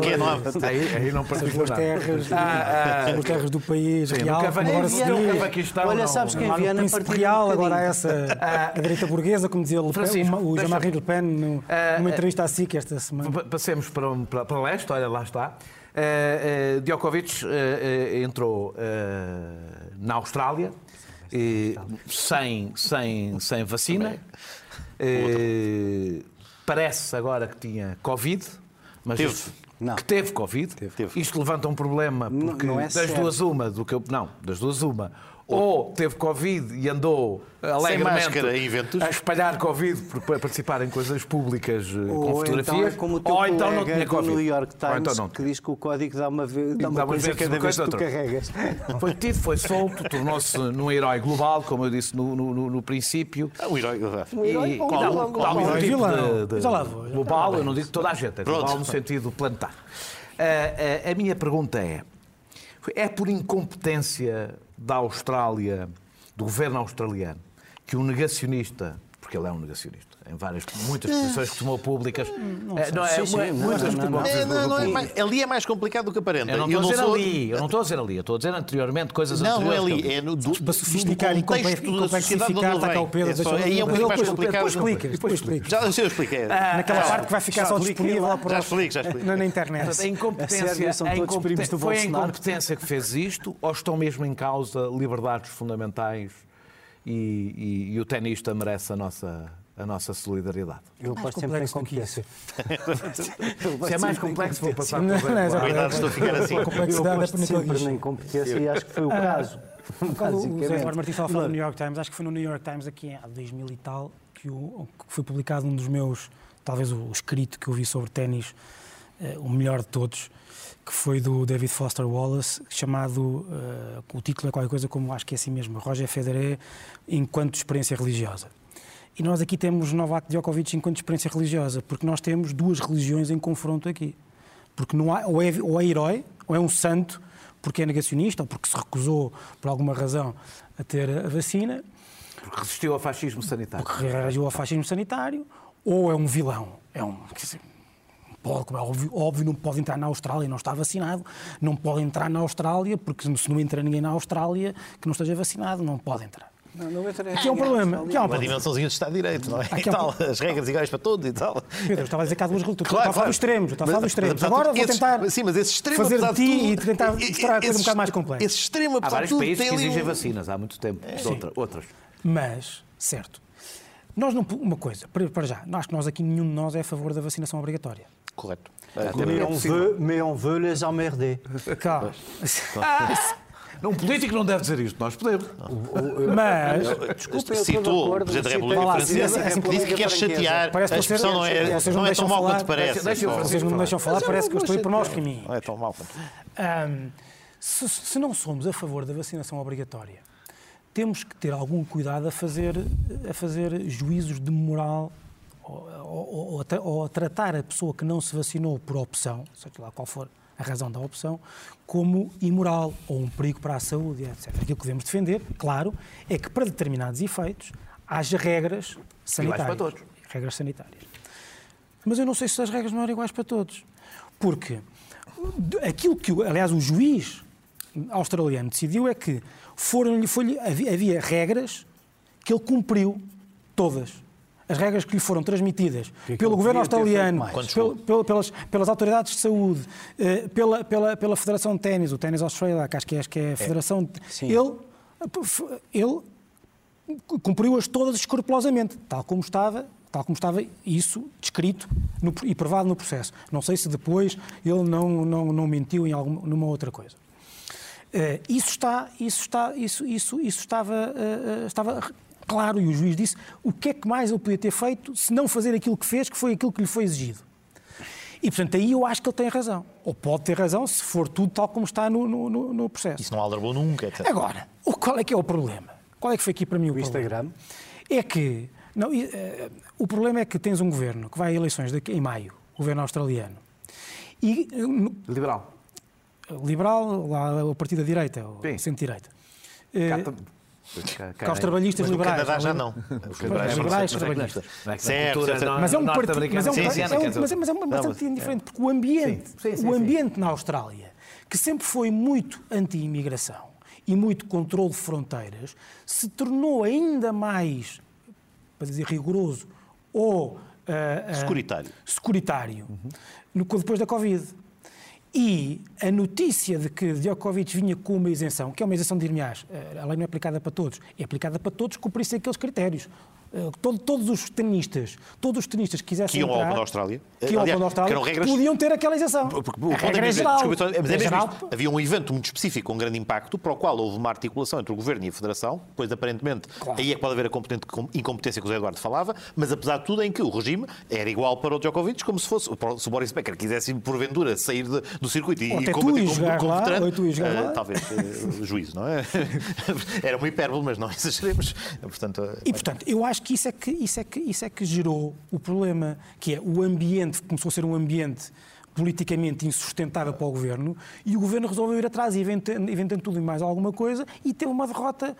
Aí não partilham nada. As terras do país real, como agora se diz. Olha, sabes quem Viana partilha real, agora há essa a direita burguesa, como dizia o Jean-Marie Le Pen numa entrevista à SIC esta semana. Passemos para leste, olha, lá está. Djokovic entrou na Austrália sem vacina. Parece agora que tinha Covid, mas que teve Covid. Isto levanta um problema, porque das duas uma, ou teve Covid e andou alegremente máscara em eventos, a espalhar Covid para participar em coisas públicas com fotografias, então é como o teu ou então não colega tinha do Covid. New York Times, Então não. que diz que o código dá uma coisa cada vez que tu carregas. Foi tido, foi solto, tornou-se num herói global, como eu disse no princípio. Um herói. E qual o tipo Já lá vou. global, eu não digo toda a gente, é global no sentido planetário. A minha pergunta é por incompetência da Austrália, do governo australiano, que um negacionista, porque ele é um negacionista, em muitas posições que tomou públicas, Ali é mais complicado do que aparenta. Eu não estou a dizer ali, eu estou a dizer anteriormente coisas anteriores. Não é ali, para sofisticar e complexificar, está cá o Pedro. Aí é um pouco mais complicado. Depois explico. Já eu expliquei. Naquela parte que vai ficar só disponível já explico. na internet. Foi a incompetência que fez isto, ou estão mesmo em causa liberdades fundamentais e o tenista merece a nossa solidariedade? Eu posso sempre em competência. Se é mais complexo, vou passar por Cuidado, estou a ficar assim. Eu posto sempre na incompetência e acho que foi o caso. Quando o José Eduardo Martins estava a falar do New York Times, acho que foi no New York Times aqui há 2000 e tal, que foi publicado um dos meus, talvez o escrito que eu vi sobre ténis, o melhor de todos, que foi do David Foster Wallace, chamado, o título é qualquer coisa como, acho que é assim mesmo, Roger Federer enquanto experiência religiosa. E nós aqui temos Novak Djokovic enquanto experiência religiosa, porque nós temos duas religiões em confronto aqui. Porque não há, ou é herói, ou é um santo, porque é negacionista, ou porque se recusou, por alguma razão, a ter a vacina. Porque resistiu ao fascismo sanitário. Porque reagiu ao fascismo sanitário, ou é um vilão. Como é óbvio, não pode entrar na Austrália, não está vacinado, não pode entrar na Austrália, porque se não entra ninguém na Austrália que não esteja vacinado, não pode entrar. Aqui é um problema. Uma dimensãozinha de Estado de Direito, não é? E tal, as regras iguais para todos e tal. Pedro, eu estava a dizer que há duas relações. Estava a falar dos extremos. Agora vou tentar fazer de ti e tentar mostrar a coisa um bocado mais complexa. Esse extremo, há vários países que exigem vacinas há muito tempo, outras. Mas, certo, nós não... Uma coisa, para já, acho que aqui, nenhum de nós é a favor da vacinação obrigatória. Correto. Mais on veut les emmerder. Calma. Um político não deve dizer isto, nós podemos. Mas, desculpa, citou o Presidente da República Francesa, disse que quer chatear. A expressão não é tão mal quanto parece. Vocês não me deixam falar, parece que eu estou a ir por maus caminhos. Não é tão mal. Se não somos a favor da vacinação obrigatória, temos que ter algum cuidado a fazer juízos de moral ou a tratar a pessoa que não se vacinou por opção, seja lá qual for a razão da opção, como imoral ou um perigo para a saúde, etc. Aquilo que devemos defender, claro, é que para determinados efeitos haja regras sanitárias. Iguais para todos. Regras sanitárias. Mas eu não sei se as regras não eram iguais para todos. Porque aquilo que, aliás, o juiz australiano decidiu é que havia regras que ele cumpriu todas. As regras que lhe foram transmitidas pelo governo australiano, pelas autoridades de saúde, pela Federação de Ténis, o Tennis Australia, que acho que é a Federação... Ele cumpriu-as todas escrupulosamente, tal como estava isso descrito e provado no processo. Não sei se depois ele não mentiu numa outra coisa. Isso estava claro, e o juiz disse o que é que mais ele podia ter feito se não fazer aquilo que fez, que foi aquilo que lhe foi exigido. E, portanto, aí eu acho que ele tem razão. Ou pode ter razão se for tudo tal como está no processo. Isso não aldrabou nunca. Etc. Agora, qual é que é o problema? Qual é que foi aqui para mim o Instagram? É que... o problema é que tens um governo que vai a eleições em maio, o governo australiano. E, Liberal, lá o partido da direita, o centro-direita. Que aos trabalhadistas liberais. O Canadá já não. Os liberais trabalhistas. Mas é um bastante diferente, porque o ambiente na Austrália, que sempre foi muito anti-imigração e muito controle de fronteiras, se tornou ainda mais, para dizer, rigoroso ou securitário depois da Covid. E a notícia de que Djokovic vinha com uma isenção, que é uma isenção, dir-me-ás, a lei não é aplicada para todos, é aplicada para todos, cumprissem aqueles critérios. todos os tenistas que quisessem Que iam ao entrar... Open da Austrália. Que iam ao Open da Austrália, que eram regras... podiam ter aquela isenção. A regra é geral. Desculpa, mas é mesmo geral. isto. Havia um evento muito específico, com grande impacto, para o qual houve uma articulação entre o Governo e a Federação, depois, aparentemente, aí é que pode haver a incompetência que o José Eduardo falava, mas apesar de tudo, em que o regime era igual para o Djokovic, como se fosse, se o Boris Becker quisesse, porventura, sair do circuito e combater como veterano, talvez juízo, não é? Era uma hipérbole, mas não exageremos. Portanto, eu acho que isso é que gerou o problema, que é o ambiente, começou a ser um ambiente politicamente insustentável para o Governo, e o Governo resolveu ir atrás, inventando tudo e mais alguma coisa, e teve uma derrota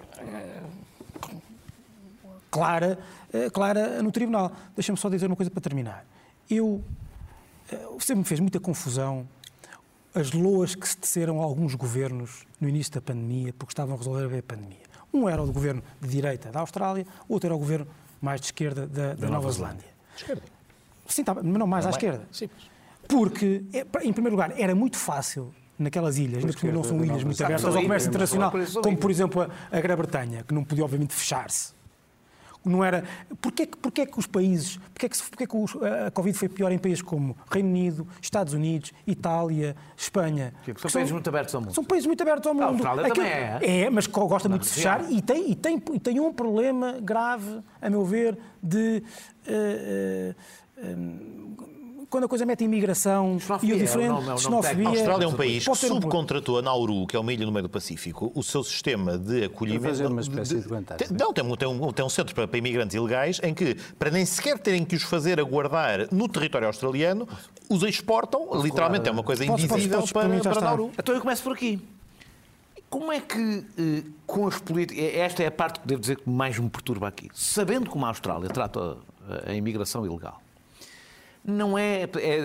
clara no Tribunal. Deixa-me só dizer uma coisa para terminar. Sempre me fez muita confusão as loas que se teceram a alguns governos no início da pandemia, porque estavam a resolver bem a pandemia. Um era o governo de direita da Austrália, outro era o governo mais de esquerda da Nova Zelândia. Esquerda? Sim, mas não mais à esquerda. Sim. Porque, em primeiro lugar, era muito fácil naquelas ilhas, ainda porque não são ilhas muito abertas ao comércio internacional, como por exemplo a Grã-Bretanha, que não podia obviamente fechar-se. Não era... Porquê que os países... Porquê que a Covid foi pior em países como Reino Unido, Estados Unidos, Itália, Espanha? São países muito abertos ao mundo. São países muito abertos ao mundo. A Austrália também é. É, mas gosta muito de fechar e tem um problema grave, a meu ver, de... quando a coisa mete imigração e o diferente, xenofobia... A Austrália é um país que subcontratou a Nauru, que é uma ilha no meio do Pacífico, o seu sistema de acolhimento... Para fazer uma espécie de vantagem. Tem um centro para imigrantes ilegais em que, para nem sequer terem que os fazer aguardar no território australiano, os exportam, literalmente é uma coisa invisível para Nauru. Então eu começo por aqui. Como é que, com as políticas... Esta é a parte que devo dizer que mais me perturba aqui. Sabendo como a Austrália trata a imigração ilegal, não é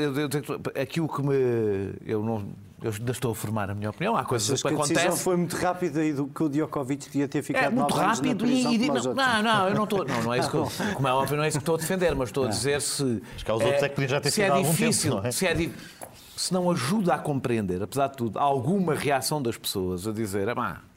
aquilo que me... Eu ainda estou a formar a minha opinião. Há coisas que acontecem... A decisão foi muito rápida e que o Djokovic devia ter ficado muito 9 anos rápido na prisão não, eu não estou... Não é isso que eu... Como é óbvio, não é isso que estou a defender, mas estou a dizer se... Acho que há os outros é que podiam já ter sido há algum tempo, não é? Se não ajuda a compreender, apesar de tudo, alguma reação das pessoas a dizer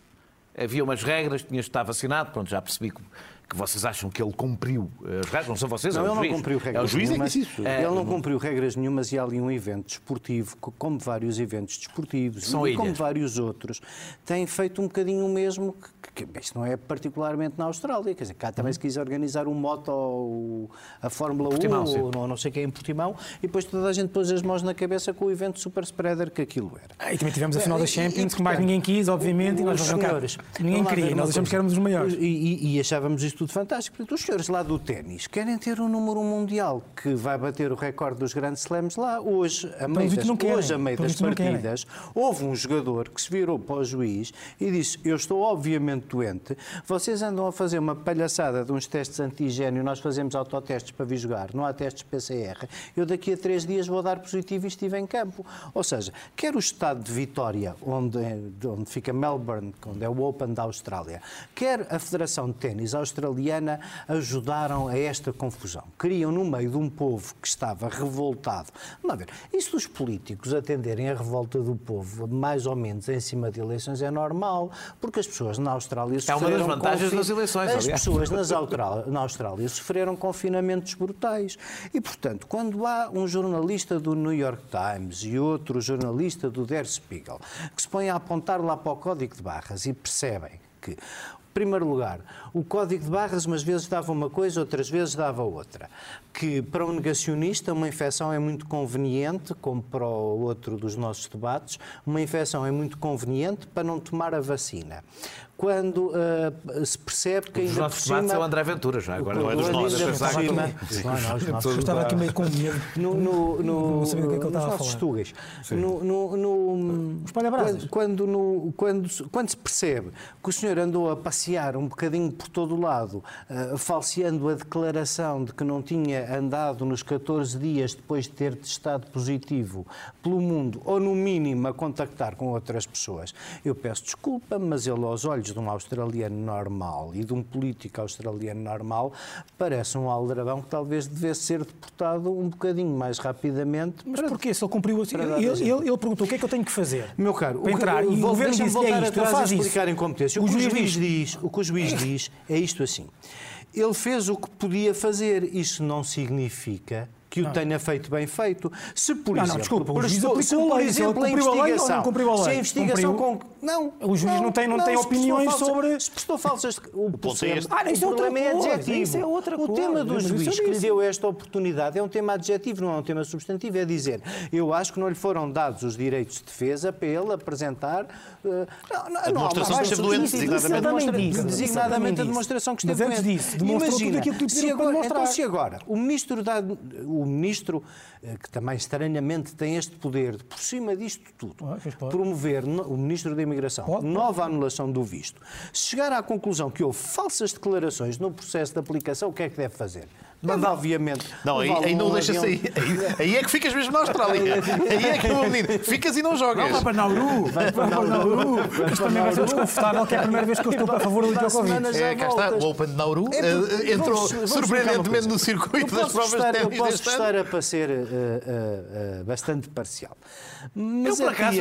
havia umas regras, tinhas de estar vacinado, pronto, já percebi que vocês acham que ele cumpriu as regras, não são vocês, não, é o juiz. Ele não cumpriu regras é o juiz nenhumas. É que disse isso. Ele não cumpriu regras nenhumas e há ali um evento desportivo, como vários eventos desportivos e como vários outros, tem feito um bocadinho o mesmo, que isto não é particularmente na Austrália, quer dizer, cá também se quis organizar um moto ou a Fórmula 1 ou não sei quem em Portimão, e depois toda a gente pôs as mãos na cabeça com o evento super spreader que aquilo era. E também tivemos a final da Champions, que mais ninguém quis, obviamente, e nós ninguém queria, nós achamos que éramos os maiores. E achávamos isto tudo fantástico. Portanto, os senhores lá do ténis querem ter um número mundial que vai bater o recorde dos grandes slams lá. Hoje, a meio das partidas, houve um jogador que se virou para o juiz e disse: eu estou obviamente doente, vocês andam a fazer uma palhaçada de uns testes antigénio, nós fazemos autotestes para vir jogar, não há testes PCR, eu daqui a 3 dias vou dar positivo e estive em campo. Ou seja, quer o estado de Vitória, onde fica Melbourne, onde é o Open da Austrália, quer a Federação de Ténis australiana, ajudaram a esta confusão. Queriam, no meio de um povo que estava revoltado. Vamos ver, isso dos políticos atenderem a revolta do povo, mais ou menos em cima de eleições, é normal, porque as pessoas na Austrália sofreram... É uma das vantagens das eleições, As pessoas na Austrália sofreram confinamentos brutais. E, portanto, quando há um jornalista do New York Times e outro jornalista do Der Spiegel que se põem a apontar lá para o código de barras e percebem que, em primeiro lugar, o código de barras umas vezes dava uma coisa, outras vezes dava outra. Que para um negacionista uma infecção é muito conveniente, como para o outro dos nossos debates, uma infecção é muito conveniente para não tomar a vacina. Quando se percebe que ainda por cima... é o André Ventura já, agora não é dos nossos. Eu estava aqui meio com medo. Não sabia do que ele estava a falar. Quando se percebe que o senhor andou a passear um bocadinho por todo o lado, falseando a declaração de que não tinha andado nos 14 dias depois de ter testado positivo pelo mundo, ou no mínimo a contactar com outras pessoas, eu peço desculpa, mas ele aos olhos de um australiano normal e de um político australiano normal parece um aldrabão que talvez devesse ser deportado um bocadinho mais rapidamente. Mas porquê? Se ele cumpriu assim, ele perguntou o que é que eu tenho que fazer? Meu caro, para entrar, e o governo disse voltar é isto, atrás faz a explicar isso. em competência. O que o juiz diz é isto assim: Ele fez o que podia fazer. Isso não significa que o tenha feito bem feito. Se, por exemplo, desculpa, o juiz se, aplicou por a lei, exemplo, a ele cumpriu a lei ou investigação, não cumpriu a lei? se a investigação Cumpriu. não, O juiz não tem opiniões sobre... Se prestou falsas... O ponto é este. isso é outra problema é coisa, adjetivo. isso é outra o coisa. tema do Mas isso juiz eu que lhe disse. deu esta oportunidade é um tema adjetivo, não é um tema substantivo. É dizer, eu acho que não lhe foram dados os direitos de defesa para ele apresentar... A demonstração que esteve doente, designadamente a demonstração que esteve Mas antes doente. disso, demonstrou tudo aquilo que lhe pediram para demonstrar. Então, se agora o ministro, que também estranhamente tem este poder de, por cima disto tudo, promover, o ministro da Imigração, nova anulação do visto, se chegar à conclusão que houve falsas declarações no processo de aplicação, o que é que deve fazer? Mas, obviamente... Não, aí não deixa sair. Aí é que ficas mesmo na Austrália. Aí é que eu vou menino. Ficas e não jogas. Não, vai para Nauru. Vai para Nauru. Isto também vai ser desconfortável, que é a primeira vez que eu estou a favor do Djokovic. Cá está, o Open de Nauru entrou surpreendentemente no circuito das provas de ténis. Eu posso estar para ser bastante parcial. Mas eu, por acaso,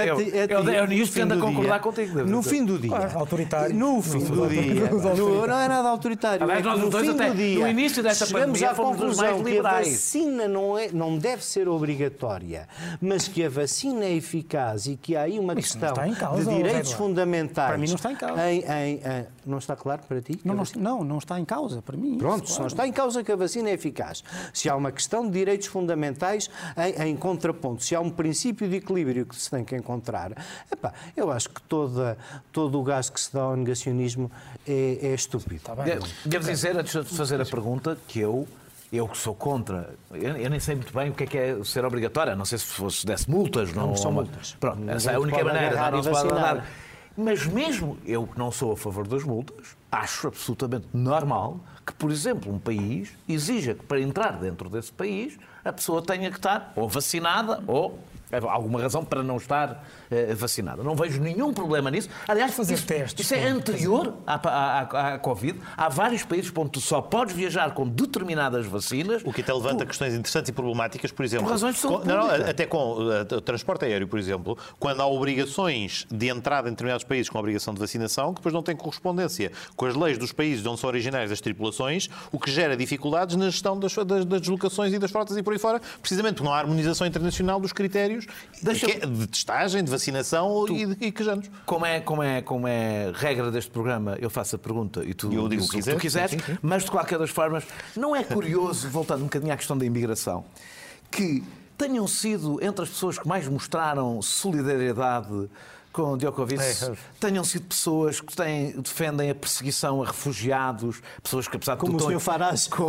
eu nisto tendo a concordar contigo. No fim do dia... Autoritário. No fim do dia... Não é nada autoritário. No fim do dia... No início desta chegamos à fomos conclusão mais que a liberais. vacina não deve ser obrigatória, mas que a vacina é eficaz e que há aí uma questão de direitos fundamentais. Para mim não está em causa. Não está claro para ti? Não está em causa, para mim. Pronto, se não está em causa que a vacina é eficaz, se há uma questão de direitos fundamentais em contraponto, se há um princípio de equilíbrio que se tem que encontrar, eu acho que todo o gasto que se dá ao negacionismo é estúpido. Devo dizer, antes de fazer a pergunta, que eu que sou contra, eu nem sei muito bem o que é ser obrigatório, não sei se desse multas. Não são multas. Pronto, essa é a única maneira, não se pode andar. Mas mesmo eu que não sou a favor das multas, acho absolutamente normal que, por exemplo, um país exija que para entrar dentro desse país a pessoa tenha que estar ou vacinada ou alguma razão para não estar vacinada. Não vejo nenhum problema nisso. Aliás, fazer testes. Isso é anterior à Covid. Há vários países onde tu só podes viajar com determinadas vacinas. O que até levanta questões interessantes e problemáticas, por exemplo... Por razões de saúde até com o transporte aéreo, por exemplo, quando há obrigações de entrada em determinados países com obrigação de vacinação, que depois não têm correspondência com as leis dos países de onde são originárias as tripulações, o que gera dificuldades na gestão das deslocações e das frotas e por aí fora, precisamente porque não há harmonização internacional dos critérios de testagem, de vacinação e queijamos. Como é regra deste programa, eu faço a pergunta e tu digo o que tu quiseres, sim. Mas de qualquer das formas, não é curioso, voltando um bocadinho à questão da imigração, que tenham sido entre as pessoas que mais mostraram solidariedade com o Djokovic, tenham sido pessoas que defendem a perseguição a refugiados, pessoas que, apesar de como o Sr. Farage, que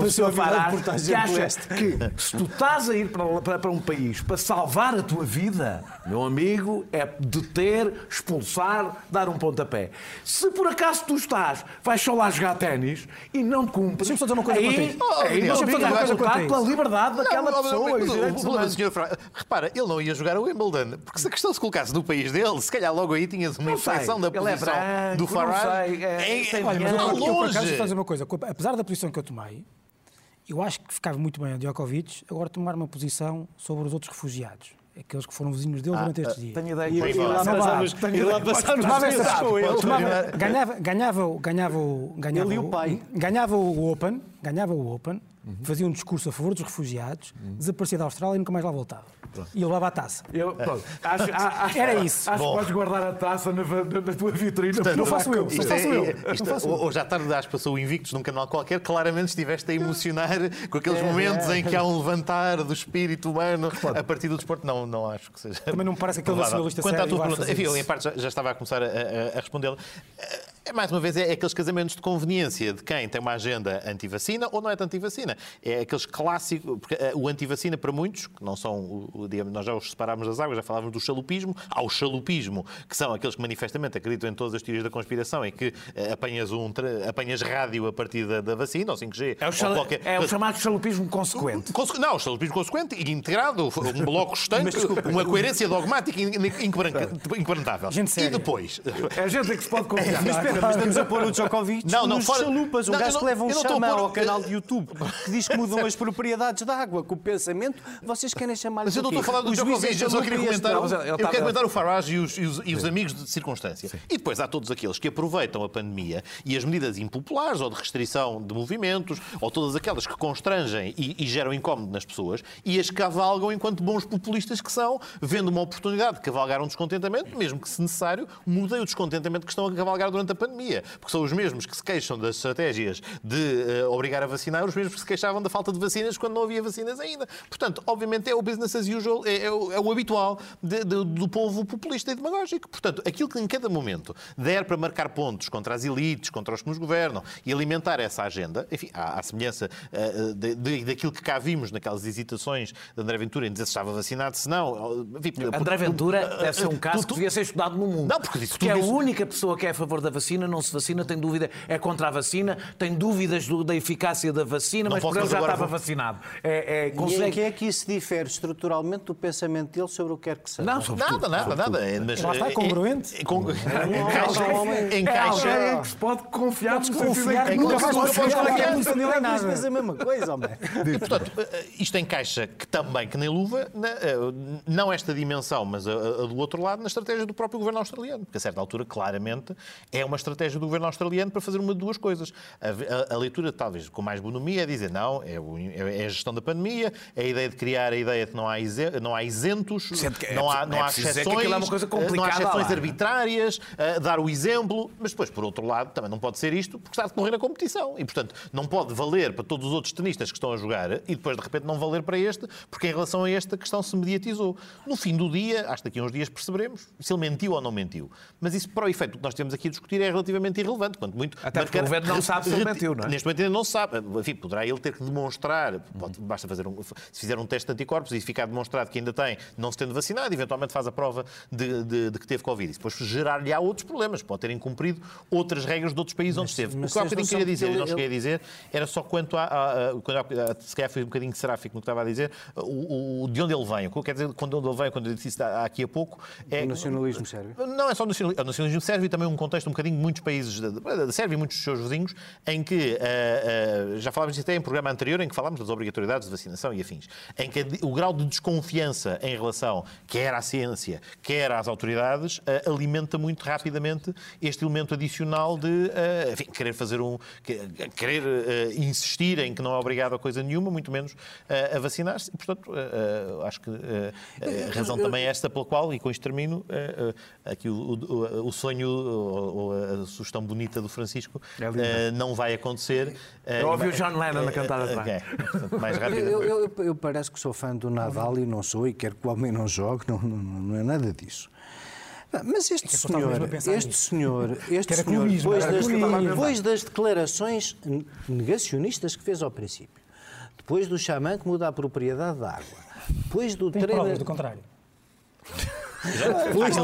acha que se tu estás a ir para um país para salvar a tua vida, meu amigo, é deter, expulsar, dar um pontapé. Se por acaso tu vais só lá jogar ténis e não te cumpres, deixa-me só dizer uma coisa aí não fica a lutar pela liberdade daquela pessoa. Repara, ele não ia jogar o Wimbledon, porque se a questão se colocasse no país dele, se calhar logo aí tinhas uma inflexão da posição do Farage. Eu quero fazer uma coisa. Apesar da posição que eu tomei, eu acho que ficava muito bem a Djokovic agora tomar uma posição sobre os outros refugiados. Aqueles que foram vizinhos dele durante estes dias. Tenho ideia. Ganhava o Open, fazia um discurso a favor dos refugiados, desaparecia da Austrália e nunca mais lá voltava. E ele levava a taça. Era isso. Acho que podes guardar a taça na tua vitrine. Portanto, não faço eu. Ou já tarde das passou invictos num canal qualquer, claramente estiveste a emocionar com aqueles momentos em que há um levantar do espírito humano a partir do desporto. Não acho que seja. Também não me parece aquele nacionalista sério. Quanto à tua pergunta, enfim, eu em parte já estava a começar a respondê-la. Mais uma vez, é aqueles casamentos de conveniência de quem tem uma agenda anti-vacina ou não é anti-vacina. É aqueles clássicos, porque o anti-vacina para muitos, que não são, digamos, nós já os separámos das águas, já falávamos do chalupismo, há o chalupismo, que são aqueles que manifestamente acreditam em todas as teorias da conspiração e que apanhas rádio a partir da vacina, ou 5G. É o chamado chalupismo consequente. Não, o chalupismo consequente e integrado, um bloco estanque, uma coerência dogmática inquebrantável. E depois... É gente que se pode confiar. Mas estamos a pôr o Djokovic nos chalupas. Um gajo que leva um chamão ao canal de YouTube que diz que mudam as propriedades da água com o pensamento. Vocês querem chamar-lhe. Mas eu não estou a falar do Djokovic, eu só queria comentar o Farage e os amigos de circunstância. Sim. E depois há todos aqueles que aproveitam a pandemia e as medidas impopulares ou de restrição de movimentos ou todas aquelas que constrangem e geram incómodo nas pessoas e as cavalgam enquanto bons populistas que são, vendo uma oportunidade de cavalgar um descontentamento, mesmo que, se necessário, mudem o descontentamento que estão a cavalgar durante a pandemia. Porque são os mesmos que se queixam das estratégias de obrigar a vacinar, os mesmos que se queixavam da falta de vacinas quando não havia vacinas ainda. Portanto, obviamente, é o business as usual, é o habitual do povo populista e demagógico. Portanto, aquilo que em cada momento der para marcar pontos contra as elites, contra os que nos governam e alimentar essa agenda, enfim, à semelhança daquilo que cá vimos naquelas hesitações de André Ventura em dizer se estava vacinado, se não... Enfim, André Ventura deve ser um caso que devia ser estudado no mundo. Não, porque é a única pessoa que é a favor da vacina, não se vacina, tem dúvida, é contra a vacina, tem dúvidas da eficácia da vacina, mas por ele já estava vacinado. E em que é que isso difere estruturalmente do pensamento dele sobre o que quer que seja? Não, nada. Mas lá está congruente. Encaixa. É que se pode confiar que nunca mais confiar em nada. Mas a mesma coisa, homem. E, portanto, isto encaixa que nem luva, não esta dimensão, mas a do outro lado, na estratégia do próprio governo australiano. Porque a certa altura, claramente, é uma estratégia do governo australiano para fazer uma de duas coisas. A leitura, talvez, com mais bonomia, é dizer não, é a gestão da pandemia, é a ideia de criar a ideia de que não há isentos, não há exceções, não há exceções arbitrárias, dar o exemplo, mas depois, por outro lado, também não pode ser isto porque está a decorrer a competição. E, portanto, não pode valer para todos os outros tenistas que estão a jogar e depois, de repente, não valer para este, porque em relação a esta questão se mediatizou. No fim do dia, acho que daqui a uns dias perceberemos se ele mentiu ou não mentiu. Mas isso, para o efeito que nós temos aqui a discutir, é relativamente irrelevante. Quanto muito, até porque o governo não sabe se ele mentiu, não é? Neste momento ainda não sabe. Enfim, poderá ele ter que demonstrar, basta fazer se fizer um teste de anticorpos e ficar demonstrado que ainda tem, não se tendo vacinado, eventualmente faz a prova de que teve Covid. E depois gerar-lhe-á outros problemas. Pode ter incumprido outras regras de outros países onde esteve. O que eu há bocadinho queria dizer, e não cheguei a dizer, era só quanto se calhar foi um bocadinho seráfico no que estava a dizer, de onde ele vem. O que quer dizer, quando ele vem, quando eu disse isso aqui a pouco... O nacionalismo sérvio? Não é só o nacionalismo sérvio e também um contexto um bocadinho de muitos países da Sérvia e muitos dos seus vizinhos, em que, já falámos disso até em programa anterior, em que falámos das obrigatoriedades de vacinação e afins, em que o grau de desconfiança em relação quer à ciência, quer às autoridades, alimenta muito rapidamente este elemento adicional de enfim, querer insistir em que não é obrigado a coisa nenhuma, muito menos a vacinar-se. E, portanto, acho que a razão também é esta pela qual, e com isto termino, aqui o sonho ou a sugestão bonita do Francisco não vai acontecer. Eu ouvi o John Lennon a cantar atrás. Mais rápido. Eu parece que sou fã do Nadal e não sou, e quero que o homem não jogue, não é nada disso. Mas este senhor, depois das declarações negacionistas que fez ao princípio, depois do xamã que muda a propriedade da água, depois do treinador... do contrário. Depois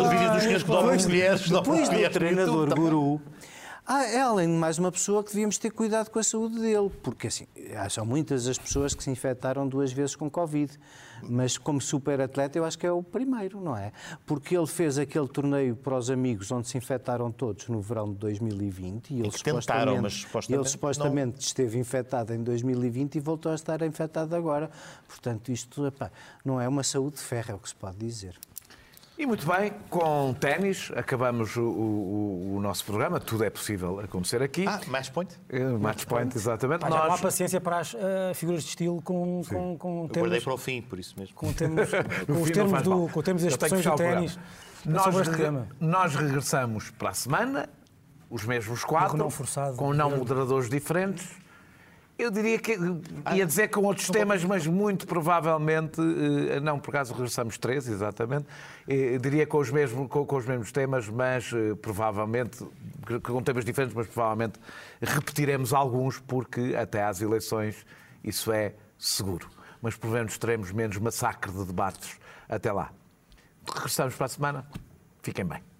do treinador guru... é além de mais uma pessoa que devíamos ter cuidado com a saúde dele, porque assim, são muitas as pessoas que se infectaram 2 vezes com Covid, mas como superatleta eu acho que é o primeiro, não é? Porque ele fez aquele torneio para os amigos onde se infectaram todos no verão de 2020 e ele supostamente esteve infectado em 2020 e voltou a estar infectado agora. Portanto, isto não é uma saúde de ferro, é o que se pode dizer. E muito bem, com ténis, acabamos o nosso programa. Tudo é possível acontecer aqui. Match point? Match point, exatamente. Já não há paciência para as figuras de estilo com termos... Eu guardei para o fim, por isso mesmo. Com os termos e as expressões do ténis. Nós regressamos para a semana, os mesmos 4, com não moderadores diferentes. Eu diria que ia dizer com outros temas, mas muito provavelmente, não, por acaso regressamos 3, exatamente, eu diria com os mesmos temas, mas provavelmente, com temas diferentes, mas provavelmente repetiremos alguns, porque até às eleições isso é seguro. Mas provavelmente teremos menos massacre de debates até lá. Regressamos para a semana. Fiquem bem.